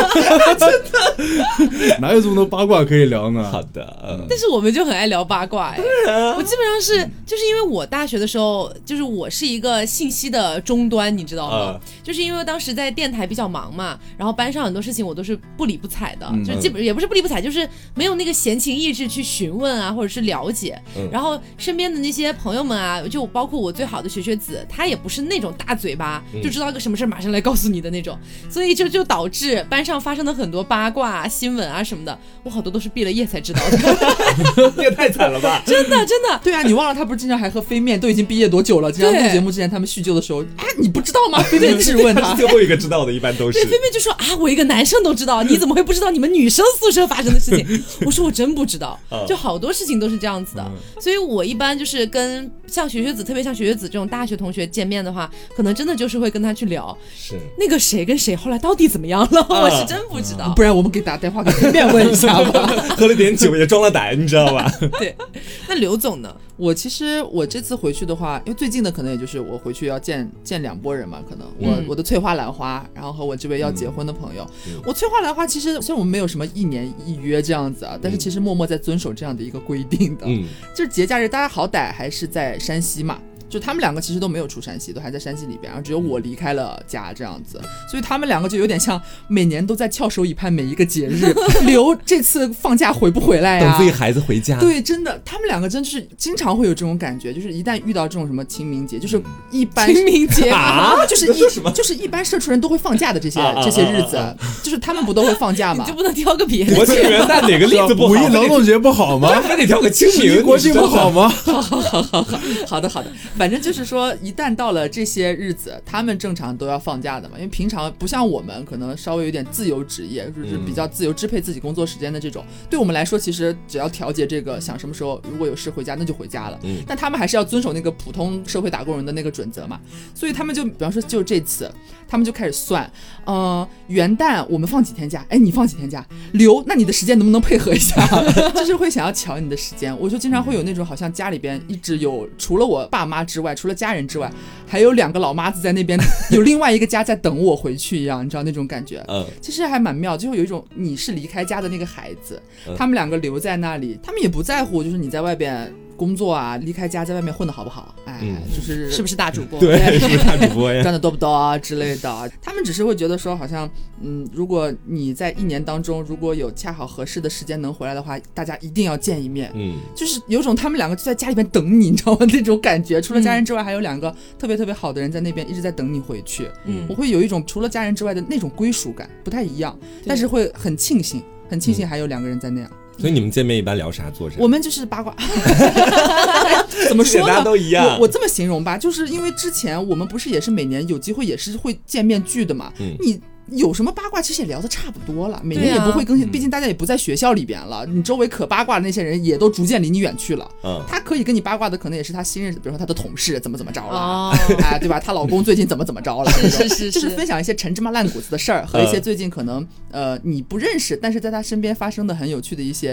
[SPEAKER 4] 真的，哪有这么多八卦可以聊呢？
[SPEAKER 2] 好的，
[SPEAKER 1] 但是我们就很爱聊八卦我基本上是就是因为我大学的时候，就是我是一个信息的终端，你知道吗？就是因为当时在电台比较忙嘛，然后班上很多事情我都是不理不睬的，就基本也不是不理不睬，就是没有那个闲情逸致去询问啊，或者是了解。然后身边的那些朋友们啊，就包括我最好的学学子，他也不是那种大嘴巴，就知道个什么事马上来告诉你的那种，所以就导致班上发生的很多八卦新闻啊什么的，我好多都是毕了业才知道的。
[SPEAKER 2] 你也太惨了吧！
[SPEAKER 1] 真的。
[SPEAKER 3] 对啊，你忘了他不是经常还喝飞面，都已经毕业多久了？经常录节目之前他们叙旧的时候啊，你不知道吗？飞面质问他，
[SPEAKER 2] 最后一个知道的一般都是。
[SPEAKER 1] 对，飞面就说啊，我一个男生都知道，你怎么会不知道你们女生宿舍发生的事情？我说我真不知道，就好多事情都是这样子的。所以我一般就是跟像学学子，特别像学学子这种大学同学见面的话，可能真的就是会跟他去聊，是那个谁跟谁后来到底怎么样了，我是真不知道。
[SPEAKER 3] 不然我们给打电话给飞面问一下吧。
[SPEAKER 2] 喝了点酒也装了胆，你知道吧？
[SPEAKER 1] 对。那刘总呢？
[SPEAKER 3] 我这次回去的话，因为最近的可能也就是我回去要见两拨人嘛，可能我的翠花兰花，然后和我这位要结婚的朋友。我翠花兰花其实虽然我们没有什么一年一约这样子啊，但是其实默默在遵守这样的一个规定的。就是节假日大家好歹还是在山西嘛，就他们两个其实都没有出山西，都还在山西里边，然后只有我离开了家这样子，所以他们两个就有点像每年都在翘首以盼每一个节日，刘这次放假回不回来呀？
[SPEAKER 2] 等自己孩子回家。
[SPEAKER 3] 对，真的，他们两个真是经常会有这种感觉，就是一旦遇到这种什么清明节，就是一般
[SPEAKER 1] 清明节
[SPEAKER 3] 啊，就是一般社畜人都会放假的这些日子，就是他们不都会放假吗？
[SPEAKER 1] 你就不能挑个别的？
[SPEAKER 2] 国庆元旦哪个例子不好？
[SPEAKER 4] 五一劳动节不好吗？
[SPEAKER 2] 非得挑个清明
[SPEAKER 4] 国庆不好吗？
[SPEAKER 3] 好的。反正就是说，一旦到了这些日子，他们正常都要放假的嘛，因为平常不像我们，可能稍微有点自由职业，就是比较自由支配自己工作时间的这种。对我们来说，其实只要调节这个，想什么时候如果有事回家，那就回家了。但他们还是要遵守那个普通社会打工人的那个准则嘛，所以他们就，比方说就这次，他们就开始算，元旦我们放几天假？哎，你放几天假？刘，那你的时间能不能配合一下？就是会想要瞧你的时间。我就经常会有那种好像家里边一直有，除了我爸妈之外，除了家人之外，还有2个老妈子在那边，有另外一个家在等我回去一样，你知道那种感觉。其实还蛮妙，就有一种你是离开家的那个孩子，他们2个留在那里，他们也不在乎，就是你在外边工作啊，离开家在外面混的好不好，就是
[SPEAKER 1] 是不是大主播？
[SPEAKER 2] 对，是不是大主播呀？
[SPEAKER 3] 赚的多不多啊之类的。他们只是会觉得说，好像如果你在1年当中，如果有恰好合适的时间能回来的话，大家一定要见一面。就是有种他们2个就在家里边等你，你知道吗？那种感觉。除了家人之外，还有2个特别特别好的人在那边一直在等你回去。我会有一种除了家人之外的那种归属感，不太一样，但是会很庆幸还有2个人在那样。
[SPEAKER 2] 所以你们见面一般聊啥做啥？
[SPEAKER 3] 我们就是八卦。怎么说呢？
[SPEAKER 2] 大家都一样。
[SPEAKER 3] 我这么形容吧，就是因为之前我们不是也是每年有机会也是会见面聚的嘛。你有什么八卦其实也聊得差不多了，每年也不会更新，毕竟大家也不在学校里边了，你周围可八卦的那些人也都逐渐离你远去了。他可以跟你八卦的可能也是他新认识，比如说他的同事怎么着了，对吧？她老公最近怎么着了，是就是分享一些陈芝麻烂谷子的事儿，和一些最近可能你不认识，但是在他身边发生的很有趣的一些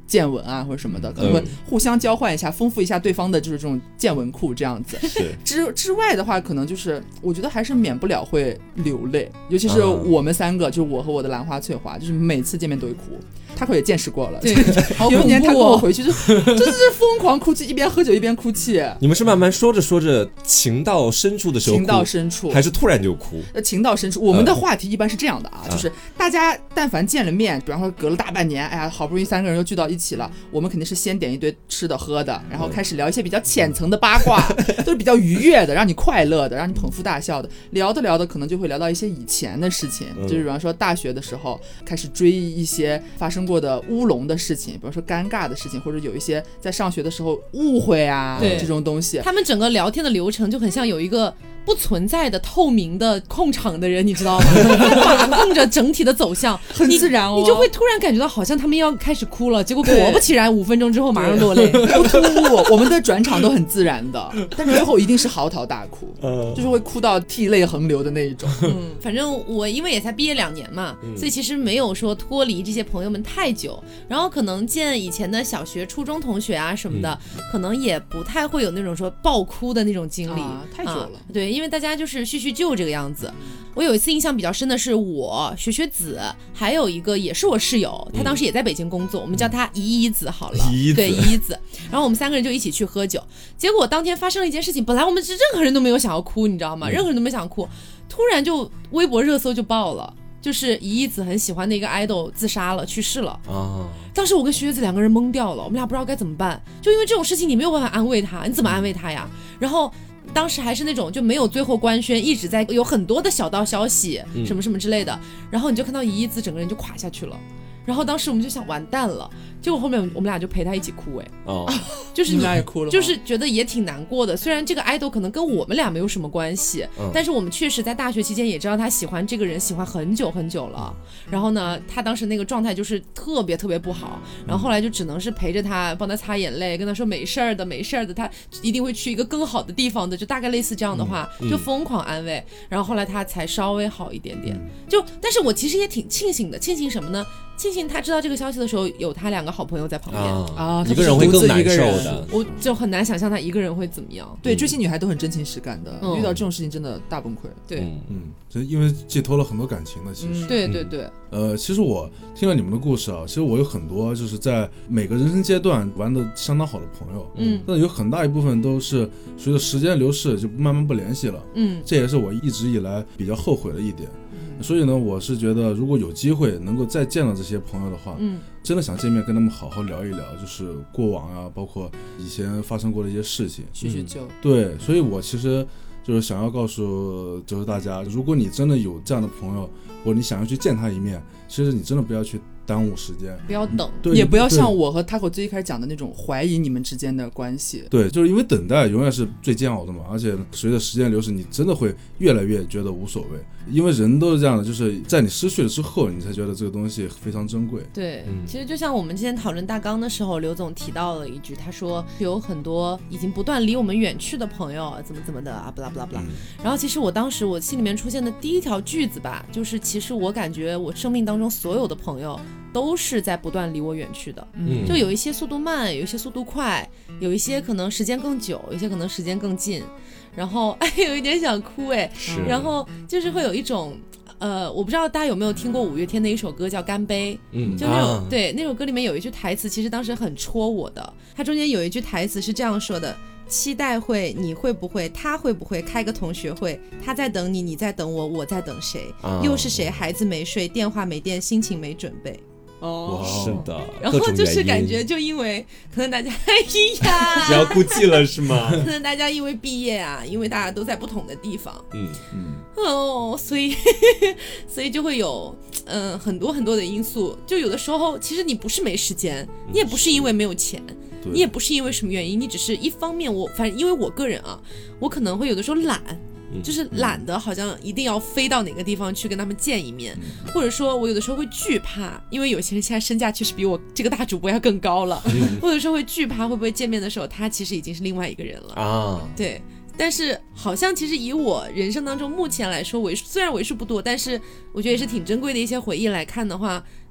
[SPEAKER 3] 见闻啊或者什么的，可能会互相交换一下，丰富一下对方的就是这种见闻库这样子。之外的话，可能就是我觉得还是免不了会流泪，尤其是我们3个，就是我和我的兰花翠花，就是每次见面都会哭。他可也见识过了，
[SPEAKER 1] 对，
[SPEAKER 3] 有一年他跟我回去就真的是疯狂哭泣，一边喝酒一边哭泣。
[SPEAKER 2] 你们是慢慢说着说着情到深处的时候哭，
[SPEAKER 3] 情到深处，
[SPEAKER 2] 还是突然就哭？
[SPEAKER 3] 情到深处，我们的话题一般是这样的啊，就是大家但凡见了面，比方说隔了大半年，哎呀，好不容易3个人又聚到一起了，我们肯定是先点一堆吃的喝的，然后开始聊一些比较浅层的八卦，都是比较愉悦的，让你快乐的，让你捧腹大笑的。聊的可能就会聊到一些以前的事情，就是比方说大学的时候开始追一些发生过的乌龙的事情，比方说尴尬的事情，或者有一些在上学的时候误会啊这种东西。
[SPEAKER 1] 他们整个聊天的流程就很像有一个不存在的透明的控场的人，你知道吗？把控着整体的走向，
[SPEAKER 3] 很自然哦。
[SPEAKER 1] 你就会突然感觉到好像他们要开始哭了，结果果不其然5分钟之后马上落泪，
[SPEAKER 3] 不突兀。我们的转场都很自然的，但是最后一定是嚎啕大哭，就是会哭到涕泪横流的那一种。
[SPEAKER 1] 反正我因为也才毕业2年嘛，所以其实没有说脱离这些朋友们太久，然后可能见以前的小学初中同学啊什么的，可能也不太会有那种说爆哭的那种经历，
[SPEAKER 3] 太久了。
[SPEAKER 1] 对，因为大家就是叙叙旧这个样子。我有一次印象比较深的是我学子，还有一个也是我室友，他当时也在北京工作，我们叫他依子好了，对，依子。然后我们3个人就一起去喝酒，结果当天发生了一件事情，本来我们是任何人都没有想要哭，你知道吗？任何人都没想哭，突然就微博热搜就爆了。就是一子很喜欢的一个 idol 自杀了，去世了啊！当时我跟学子2个人懵掉了，我们俩不知道该怎么办，就因为这种事情你没有办法安慰他，你怎么安慰他呀？然后当时还是那种就没有最后官宣，一直在有很多的小道消息，什么什么之类的，然后你就看到一子整个人就垮下去了。然后当时我们就想完蛋了，结果后面我们俩就陪他一起哭，就是
[SPEAKER 3] 你们俩也哭了，
[SPEAKER 1] 就是觉得也挺难过的。虽然这个 idol 可能跟我们俩没有什么关系，但是我们确实在大学期间也知道他喜欢这个人，喜欢很久很久了。然后呢，他当时那个状态就是特别特别不好，然后后来就只能是陪着他，帮他擦眼泪，跟他说没事儿的，没事儿的，他一定会去一个更好的地方的，就大概类似这样的话，就疯狂安慰。然后后来他才稍微好一点点，但是我其实也挺庆幸的，庆幸什么呢？庆幸他知道这个消息的时候有他2个好朋友在旁边
[SPEAKER 3] 啊，
[SPEAKER 2] 一个人会更难受的。
[SPEAKER 1] 我就很难想象他一个人会怎么样。
[SPEAKER 3] 对，追星女孩都很真情实感的，遇到这种事情真的大崩溃。
[SPEAKER 1] 对，
[SPEAKER 4] 就因为寄托了很多感情的，其实。
[SPEAKER 1] 对对对。
[SPEAKER 4] 其实我听了你们的故事啊，其实我有很多就是在每个人生阶段玩的相当好的朋友，但有很大一部分都是随着时间流逝就慢慢不联系了，这也是我一直以来比较后悔的一点。所以呢，我是觉得如果有机会能够再见到这些朋友的话，真的想见面跟他们好好聊一聊，就是过往啊，包括以前发生过的一些事情，
[SPEAKER 3] 叙叙旧。
[SPEAKER 4] 对，所以我其实就是想要告诉就是大家，如果你真的有这样的朋友，或者你想要去见他一面，其实你真的不要去耽误时间，
[SPEAKER 1] 不要等，
[SPEAKER 3] 也不要像我和 Taco 最一开始讲的那种怀疑你们之间的关系。
[SPEAKER 4] 对，就是因为等待永远是最煎熬的嘛，而且随着时间流逝，你真的会越来越觉得无所谓，因为人都是这样的，就是在你失去了之后，你才觉得这个东西非常珍贵。
[SPEAKER 1] 对，其实就像我们之前讨论大纲的时候，刘总提到了一句，他说有很多已经不断离我们远去的朋友，怎么的啊，不啦不啦不啦。然后其实我当时我心里面出现的第一条句子吧，就是其实我感觉我生命当中所有的朋友都是在不断离我远去的，就有一些速度慢，有一些速度快，有一些可能时间更久，有一些可能时间更近，然后有一点想哭然后就是会有一种我不知道大家有没有听过5月天的一首歌叫《干杯》，就那种对那首歌里面有一句台词，其实当时很戳我的，它中间有一句台词是这样说的：期待会，你会不会，他会不会开个同学会？他在等你，你在等我，我在等谁？又是谁？孩子没睡，电话没电，心情没准备。
[SPEAKER 2] 是的，
[SPEAKER 1] 然后就是感觉就因为可能大家
[SPEAKER 2] 不要哭泣了是吗？
[SPEAKER 1] 可能大家因为毕业啊，因为大家都在不同的地方，所以就会有很多很多的因素，就有的时候其实你不是没时间，你也不是因为没有钱，你也不是因为什么原因，你只是一方面反正因为我个人啊，我可能会有的时候懒，就是懒得好像一定要飞到哪个地方去跟他们见一面，或者说我有的时候会惧怕，因为有些人现在身价确实比我这个大主播要更高了，我有的时候会惧怕会不会见面的时候他其实已经是另外一个人了啊。对，但是好像其实以我人生当中目前来说虽然为数不多，但是我觉得也是挺珍贵的一些回忆来看的话，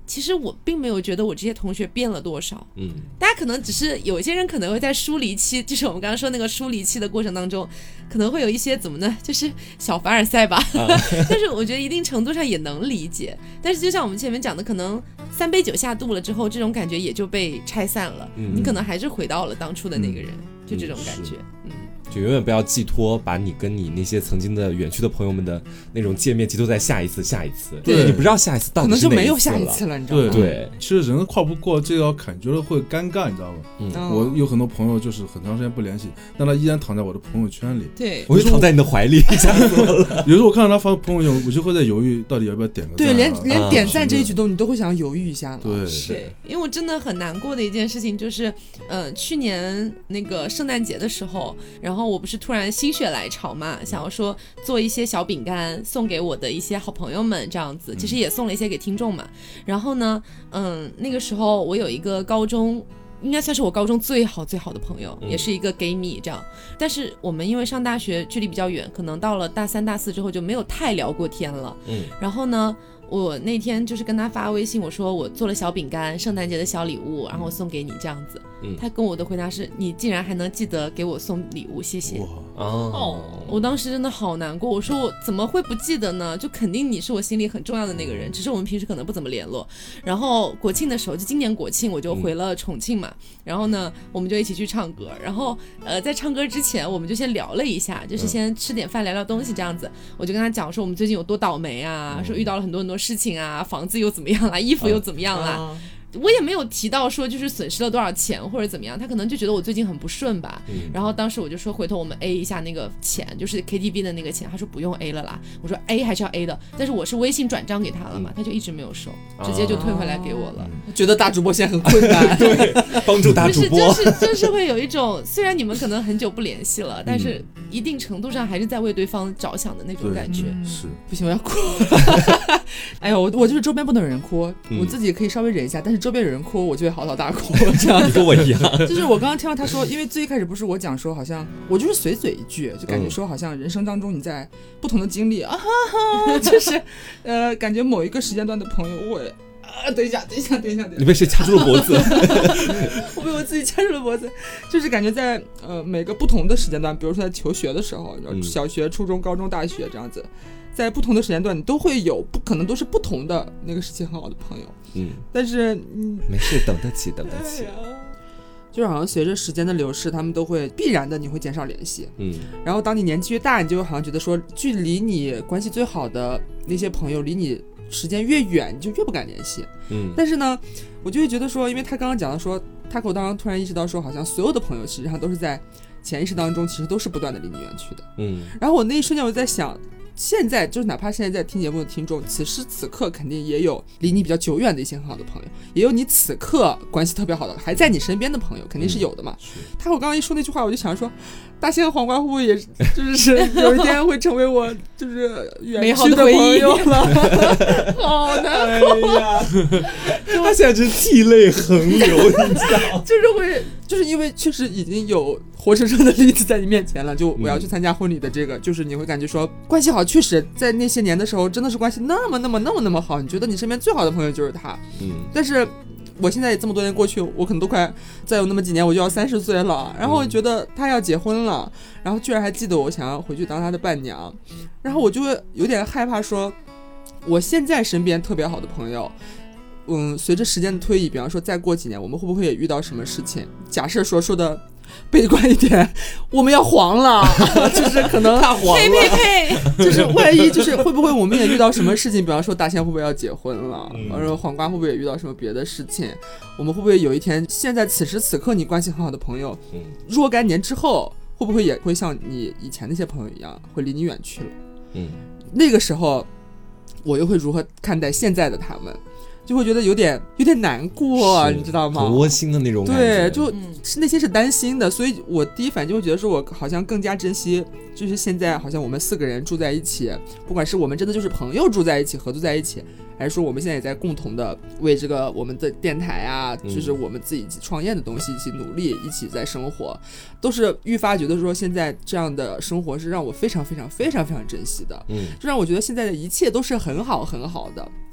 [SPEAKER 1] 其实我并没有觉得我这些同学变了多少，大家可能只是有些人可能会在疏离期，就是我们刚刚说那个疏离期的过程当中，可能会有一些怎么呢，就是小凡尔赛吧，但是我觉得一定程度上也能理解。但是就像我们前面讲的，可能3杯酒下肚了之后，这种感觉也就被拆散了，你可能还是回到了当初的那个人，就这种感觉，
[SPEAKER 2] 就永远不要寄托把你跟你那些曾经的远去的朋友们的那种见面寄托在下一次，
[SPEAKER 3] 对，
[SPEAKER 2] 你不知道下一次到底是哪一次了，
[SPEAKER 3] 可能就没有下一次了，你知道吗？
[SPEAKER 2] 对，
[SPEAKER 4] 其实人跨不过这道坎，觉得会尴尬，你知道吗？我有很多朋友就是很长时间不联系，但他依然躺在我的朋友圈里，
[SPEAKER 1] 对，
[SPEAKER 2] 我就躺在你的怀里，吓死我了。
[SPEAKER 4] 有时候我看到他发朋友圈，我就会在犹豫，到底要不要点个赞。
[SPEAKER 3] 对，连点赞这一举动，你都会想犹豫一下了。
[SPEAKER 4] 对，
[SPEAKER 1] 因为我真的很难过的一件事情就是，去年那个圣诞节的时候，然后我不是突然心血来潮嘛，想要说做一些小饼干送给我的一些好朋友们，这样子，其实也送了一些给听众嘛。然后呢，那个时候我有一个高中，应该算是我高中最好的朋友，也是一个 gay 蜜这样。但是我们因为上大学距离比较远，可能到了大3、大4之后就没有太聊过天了。然后呢，我那天就是跟他发微信，我说我做了小饼干，圣诞节的小礼物，然后我送给你这样子。他跟我的回答是，你竟然还能记得给我送礼物，谢谢。我当时真的好难过，我说我怎么会不记得呢？就肯定你是我心里很重要的那个人，只是我们平时可能不怎么联络。然后国庆的时候，就今年国庆我就回了重庆嘛，然后呢我们就一起去唱歌，然后在唱歌之前我们就先聊了一下，就是先吃点饭聊聊东西这样子。我就跟他讲说我们最近有多倒霉啊，说遇到了很多事情啊，房子又怎么样啦，衣服又怎么样啦。我也没有提到说就是损失了多少钱或者怎么样，他可能就觉得我最近很不顺吧。然后当时我就说回头我们 A 一下那个钱，就是 KTV 的那个钱。他说不用 A 了啦。我说 A 还是要 A 的，但是我是微信转账给他了嘛，他就一直没有收，直接就退回来给我了。
[SPEAKER 3] 觉得大主播现在很困难，
[SPEAKER 2] 对，帮助大主播。
[SPEAKER 1] 就是会有一种，虽然你们可能很久不联系了，但是一定程度上还是在为对方着想的那种感觉。
[SPEAKER 4] 是，
[SPEAKER 3] 不行，我要哭。哎呦，我就是周边不能有人哭，我自己可以稍微忍一下，但是周边有人哭，我就会嚎啕大哭。这样，
[SPEAKER 2] 你跟我一样。
[SPEAKER 3] 就是我刚刚听到他说，因为最一开始不是我讲说，好像我就是随嘴一句，就感觉说好像人生当中你在不同的经历就是感觉某一个时间段的朋友，我等一下，
[SPEAKER 2] 你被谁掐住了脖子？
[SPEAKER 3] 我被我自己掐住了脖子，就是感觉在每个不同的时间段，比如说在求学的时候，小学、初中、高中、大学这样子。在不同的时间段你都会有可能都是不同的那个时期很好的朋友，但是
[SPEAKER 2] 没事，等得起
[SPEAKER 3] 就是好像随着时间的流逝，他们都会必然的你会减少联系，然后当你年纪越大，你就好像觉得说距离你关系最好的那些朋友离你时间越远，你就越不敢联系，但是呢我就会觉得说，因为他刚刚讲的说Taco当时突然意识到说，好像所有的朋友实际上都是在潜意识当中其实都是不断的离你远去的，然后我那一瞬间我在想，现在就是哪怕现在在听节目的听众，此时此刻肯定也有离你比较久远的一些很好的朋友，也有你此刻关系特别好的还在你身边的朋友，肯定是有的嘛。他我刚刚一说那句话，我就想说，大仙和黄瓜会不会也就是有一天会成为我就是远去的朋友了？好难过呀！
[SPEAKER 2] 他现在真涕泪横流，你知道？
[SPEAKER 3] 就是因为确实已经有活生生的例子在你面前了，就我要去参加婚礼的这个，就是你会感觉说关系好，确实在那些年的时候真的是关系那么好，你觉得你身边最好的朋友就是他，但是我现在也这么多年过去，我可能都快再有那么几年我就要30岁了，然后我觉得他要结婚了，然后居然还记得我想要回去当他的伴娘，然后我就会有点害怕说，我现在身边特别好的朋友随着时间的推移，比方说再过几年我们会不会也遇到什么事情，假设说的悲观一点，我们要黄了，就是可能
[SPEAKER 2] 太黄了，
[SPEAKER 3] 就是万一就是会不会我们也遇到什么事情，比方说大仙会不会要结婚了，然后黄瓜会不会也遇到什么别的事情，我们会不会有一天现在此时此刻你关系很好的朋友，若干年之后会不会也会像你以前那些朋友一样会离你远去了，那个时候我又会如何看待现在的他们，就会觉得有点难过，你知道吗？
[SPEAKER 2] 很窝心的那种感觉。
[SPEAKER 3] 对，就是内心是担心的，所以我第一反应就会觉得说，我好像更加珍惜，就是现在好像我们4个人住在一起，不管是我们真的就是朋友住在一起，合租在一起，还是说我们现在也在共同的为这个我们的电台啊，就是我们自己创业的东西一起努力，一起在生活，都是愈发觉得说现在这样的生活是让我非常非常非常非常珍惜的，就让我觉得现在的一切都是很好很好的。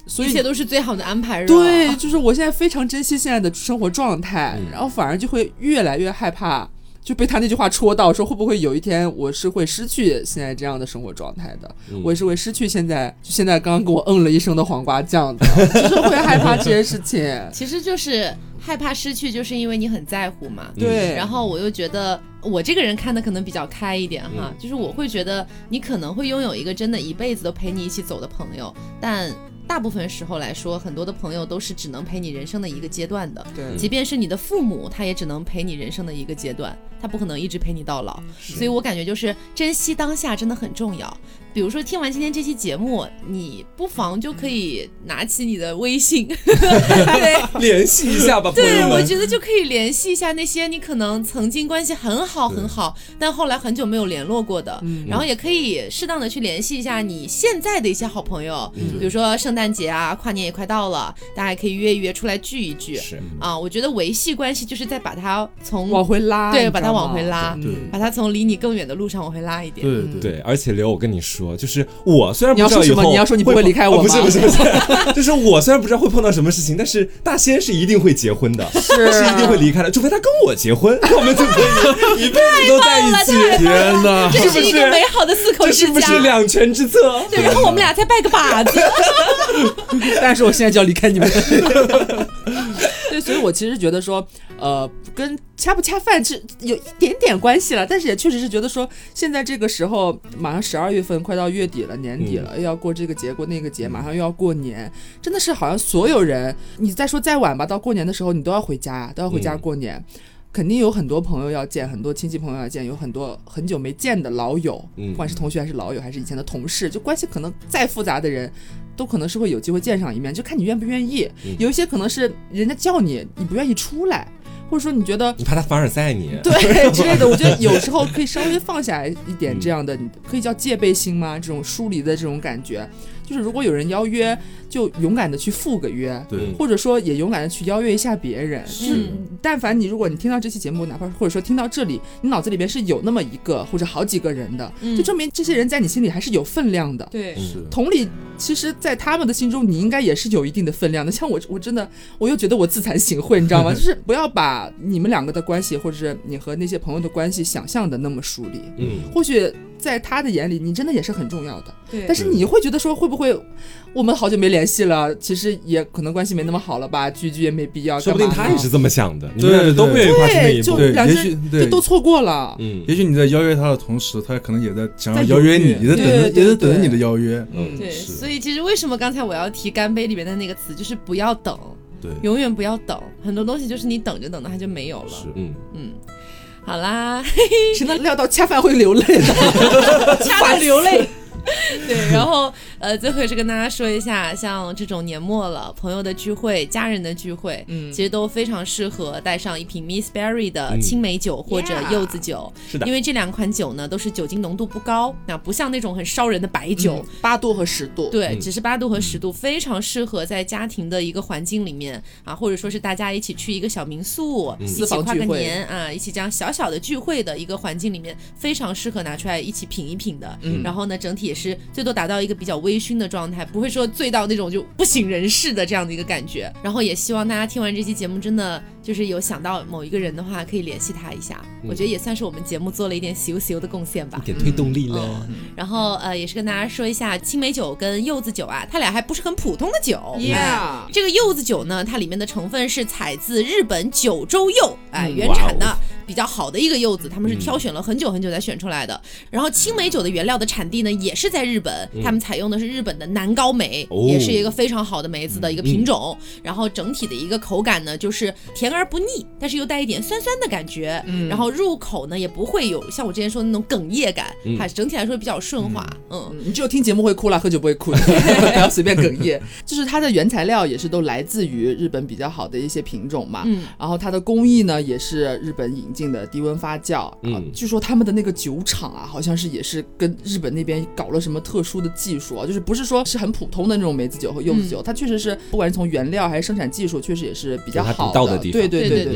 [SPEAKER 3] 所以
[SPEAKER 1] 一切都是最好的安排。
[SPEAKER 3] 对，就是我现在非常珍惜现在的生活状态，然后反而就会越来越害怕。就被他那句话戳到，说会不会有一天我是会失去现在这样的生活状态的，我也是会失去现在刚刚给我了一声的黄瓜酱的，就是会害怕这些事情。
[SPEAKER 1] 其实就是害怕失去，就是因为你很在乎嘛。
[SPEAKER 3] 对。
[SPEAKER 1] 然后我又觉得我这个人看的可能比较开一点哈，就是我会觉得你可能会拥有一个真的一辈子都陪你一起走的朋友，但大部分时候来说，很多的朋友都是只能陪你人生的一个阶段的。
[SPEAKER 3] 对，
[SPEAKER 1] 即便是你的父母，他也只能陪你人生的一个阶段，他不可能一直陪你到老。所以我感觉就是珍惜当下真的很重要。比如说听完今天这期节目，你不妨就可以拿起你的微信对，
[SPEAKER 2] 联系一下吧。
[SPEAKER 1] 对，我觉得就可以联系一下那些你可能曾经关系很好很好，但后来很久没有联络过的，然后也可以适当的去联系一下你现在的一些好朋友，比如说圣诞节啊，跨年也快到了，大家也可以约一约出来聚一聚。
[SPEAKER 2] 是
[SPEAKER 1] 啊，我觉得维系关系就是在把它从
[SPEAKER 3] 往回拉，
[SPEAKER 1] 对，把它往回拉，
[SPEAKER 4] 把
[SPEAKER 1] 它从离你更远的路上往回拉一点。
[SPEAKER 2] 对，而且刘，我跟你说，就是我虽然不知道以后
[SPEAKER 3] 你要说你不会离开我吗？
[SPEAKER 2] 不是，就是我虽然不知道会碰到什么事情，但是大仙是一定会结婚的，是一定会离开的，除非他跟我结婚，我们就可以一辈子都在一起。
[SPEAKER 4] 天哪，
[SPEAKER 1] 这是一个美好的四口之家，
[SPEAKER 2] 这是不是两全之策？
[SPEAKER 1] 对，然后我们俩再拜个把子。
[SPEAKER 3] 但是我现在就要离开你们。对，所以我其实觉得说，跟恰不恰饭是有一点点关系了，但是也确实是觉得说，现在这个时候马上12月份快到月底了，年底了，又要过这个节过那个节，马上又要过年，真的是好像所有人，你再说再晚吧，到过年的时候你都要回家，都要回家过年。肯定有很多朋友要见，很多亲戚朋友要见，有很多很久没见的老友，不管是同学还是老友还是以前的同事，就关系可能再复杂的人都可能是会有机会见上一面，就看你愿不愿意。有一些可能是人家叫你，你不愿意出来，或者说你觉得
[SPEAKER 2] 你怕他凡尔赛你，
[SPEAKER 3] 对之类的，我觉得有时候可以稍微放下一点这样的，你可以叫戒备心吗？这种疏离的这种感觉，就是如果有人邀约，就勇敢的去赴个约，
[SPEAKER 4] 对，
[SPEAKER 3] 或者说也勇敢的去邀约一下别人。但凡如果你听到这期节目，哪怕或者说听到这里，你脑子里边是有那么一个或者好几个人的，就证明这些人在你心里还是有分量的。
[SPEAKER 1] 对，
[SPEAKER 3] 同理，其实在他们的心中你应该也是有一定的分量的。像我真的我又觉得我自惭形秽，你知道吗？就是不要把你们两个的关系或者是你和那些朋友的关系想象的那么疏离。或许在他的眼里你真的也是很重要的，
[SPEAKER 1] 对，
[SPEAKER 3] 但是你会觉得说会不会我们好久没联系了，其实也可能关系没那么好了吧，聚也没必要，
[SPEAKER 2] 说不定他也是这么想的，你们俩都不愿意跨出那一步，
[SPEAKER 3] 就两人就都错过了。
[SPEAKER 4] 也许你在邀约他的同时，他可能也在想要邀约你，也在等着你的邀约。
[SPEAKER 1] 对，所以其实为什么刚才我要提干杯里面的那个词，就是不要等，
[SPEAKER 4] 对，
[SPEAKER 1] 永远不要等，很多东西就是你等着等着它就没有了。好啦，
[SPEAKER 3] 谁能料到恰饭会流泪的，
[SPEAKER 1] 恰到流泪。对，然后最后也是跟大家说一下，像这种年末了，朋友的聚会、家人的聚会，其实都非常适合带上一瓶 Miss Berry 的青梅酒或者柚子酒，
[SPEAKER 2] 是的，
[SPEAKER 1] 因为这两款酒呢都是酒精浓度不高，那不像那种很烧人的白酒
[SPEAKER 3] ，8度和10度，
[SPEAKER 1] 对，只是8度和10度，非常适合在家庭的一个环境里面啊，或者说是大家一起去一个小民宿，一起跨个年啊，一起这样小小的聚会的一个环境里面，非常适合拿出来一起品一品的。然后呢，整体也是最多达到一个比较微醺的状态，不会说醉到那种就不省人事的这样的一个感觉。然后也希望大家听完这期节目，真的就是有想到某一个人的话，可以联系他一下。我觉得也算是我们节目做了一点小的贡献吧，
[SPEAKER 2] 一点推动力了。
[SPEAKER 1] 然后也是跟大家说一下，青梅酒跟柚子酒啊，它俩还不是很普通的酒。这个柚子酒呢，它里面的成分是采自日本九州柚，原产的比较好的一个柚子，他们是挑选了很久很久才选出来的。然后青梅酒的原料的产地呢，也是在日本，他们采用的是日本的南高梅，也是一个非常好的梅子的一个品种。然后整体的一个口感呢，就是甜而不腻，但是又带一点酸酸的感觉。然后入口呢，也不会有像我之前说的那种哽咽感，它整体来说比较顺滑。
[SPEAKER 3] 你只有听节目会哭了，喝酒不会哭的，不要随便哽咽。就是它的原材料也是都来自于日本比较好的一些品种嘛。然后它的工艺呢，也是日本引进的低温发酵。据说他们的那个酒厂啊，好像是也是跟日本那边搞了什么特殊的技术啊，就是不是说是很普通的那种梅子酒和柚子酒，它确实是不管是从原料还是生产技术，确实也是比较好的。
[SPEAKER 2] 地方
[SPEAKER 3] 对。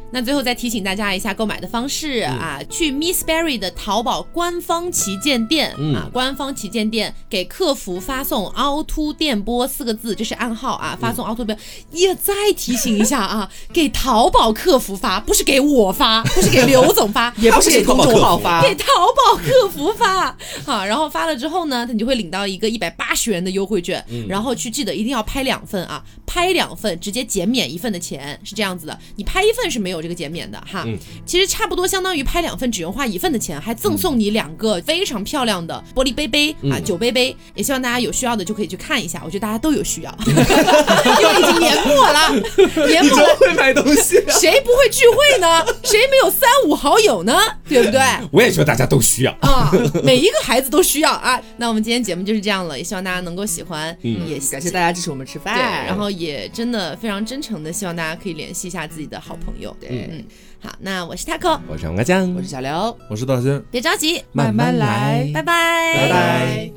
[SPEAKER 1] 那最后再提醒大家一下购买的方式啊，去 Miss Berry 的淘宝官方旗舰店官方旗舰店给客服发送凹凸电波4个字，这是暗号啊，发送凹凸电波。也再提醒一下啊，给淘宝客服发，不是给我发，不是给刘总发，
[SPEAKER 3] 也不是给公众号发，
[SPEAKER 1] 给淘宝客服发。好，然后发了之后呢，你就会领到一个180元的优惠券，然后去记得一定要拍2份啊，拍2份直接减免1份的钱，是这样子的。你拍1份是没有这个减免的哈，其实差不多相当于拍2份只用花1份的钱，还赠送你2个非常漂亮的玻璃杯杯啊，酒杯杯。也希望大家有需要的就可以去看一下，我觉得大家都有需要，因为已经年末了，年末了，
[SPEAKER 2] 会买东西，
[SPEAKER 1] 谁不会聚会呢？谁没有3、5好友呢？对不对？
[SPEAKER 2] 我也觉得大家都需要
[SPEAKER 1] 啊，每一个孩子都需要啊。那我们今天节目就是这样了，也希望大家能够喜欢，也
[SPEAKER 3] 感谢大家支持我们吃饭，
[SPEAKER 1] 对，然后也真的非常真诚的希望大家可以联系一下自己的好朋友。
[SPEAKER 3] 对，
[SPEAKER 1] 好，那我是 Taco，
[SPEAKER 2] 我是王阿酱，
[SPEAKER 3] 我是小刘，
[SPEAKER 4] 我是大仙，
[SPEAKER 1] 别着急，
[SPEAKER 2] 慢慢来，
[SPEAKER 1] 拜拜，
[SPEAKER 2] 拜拜。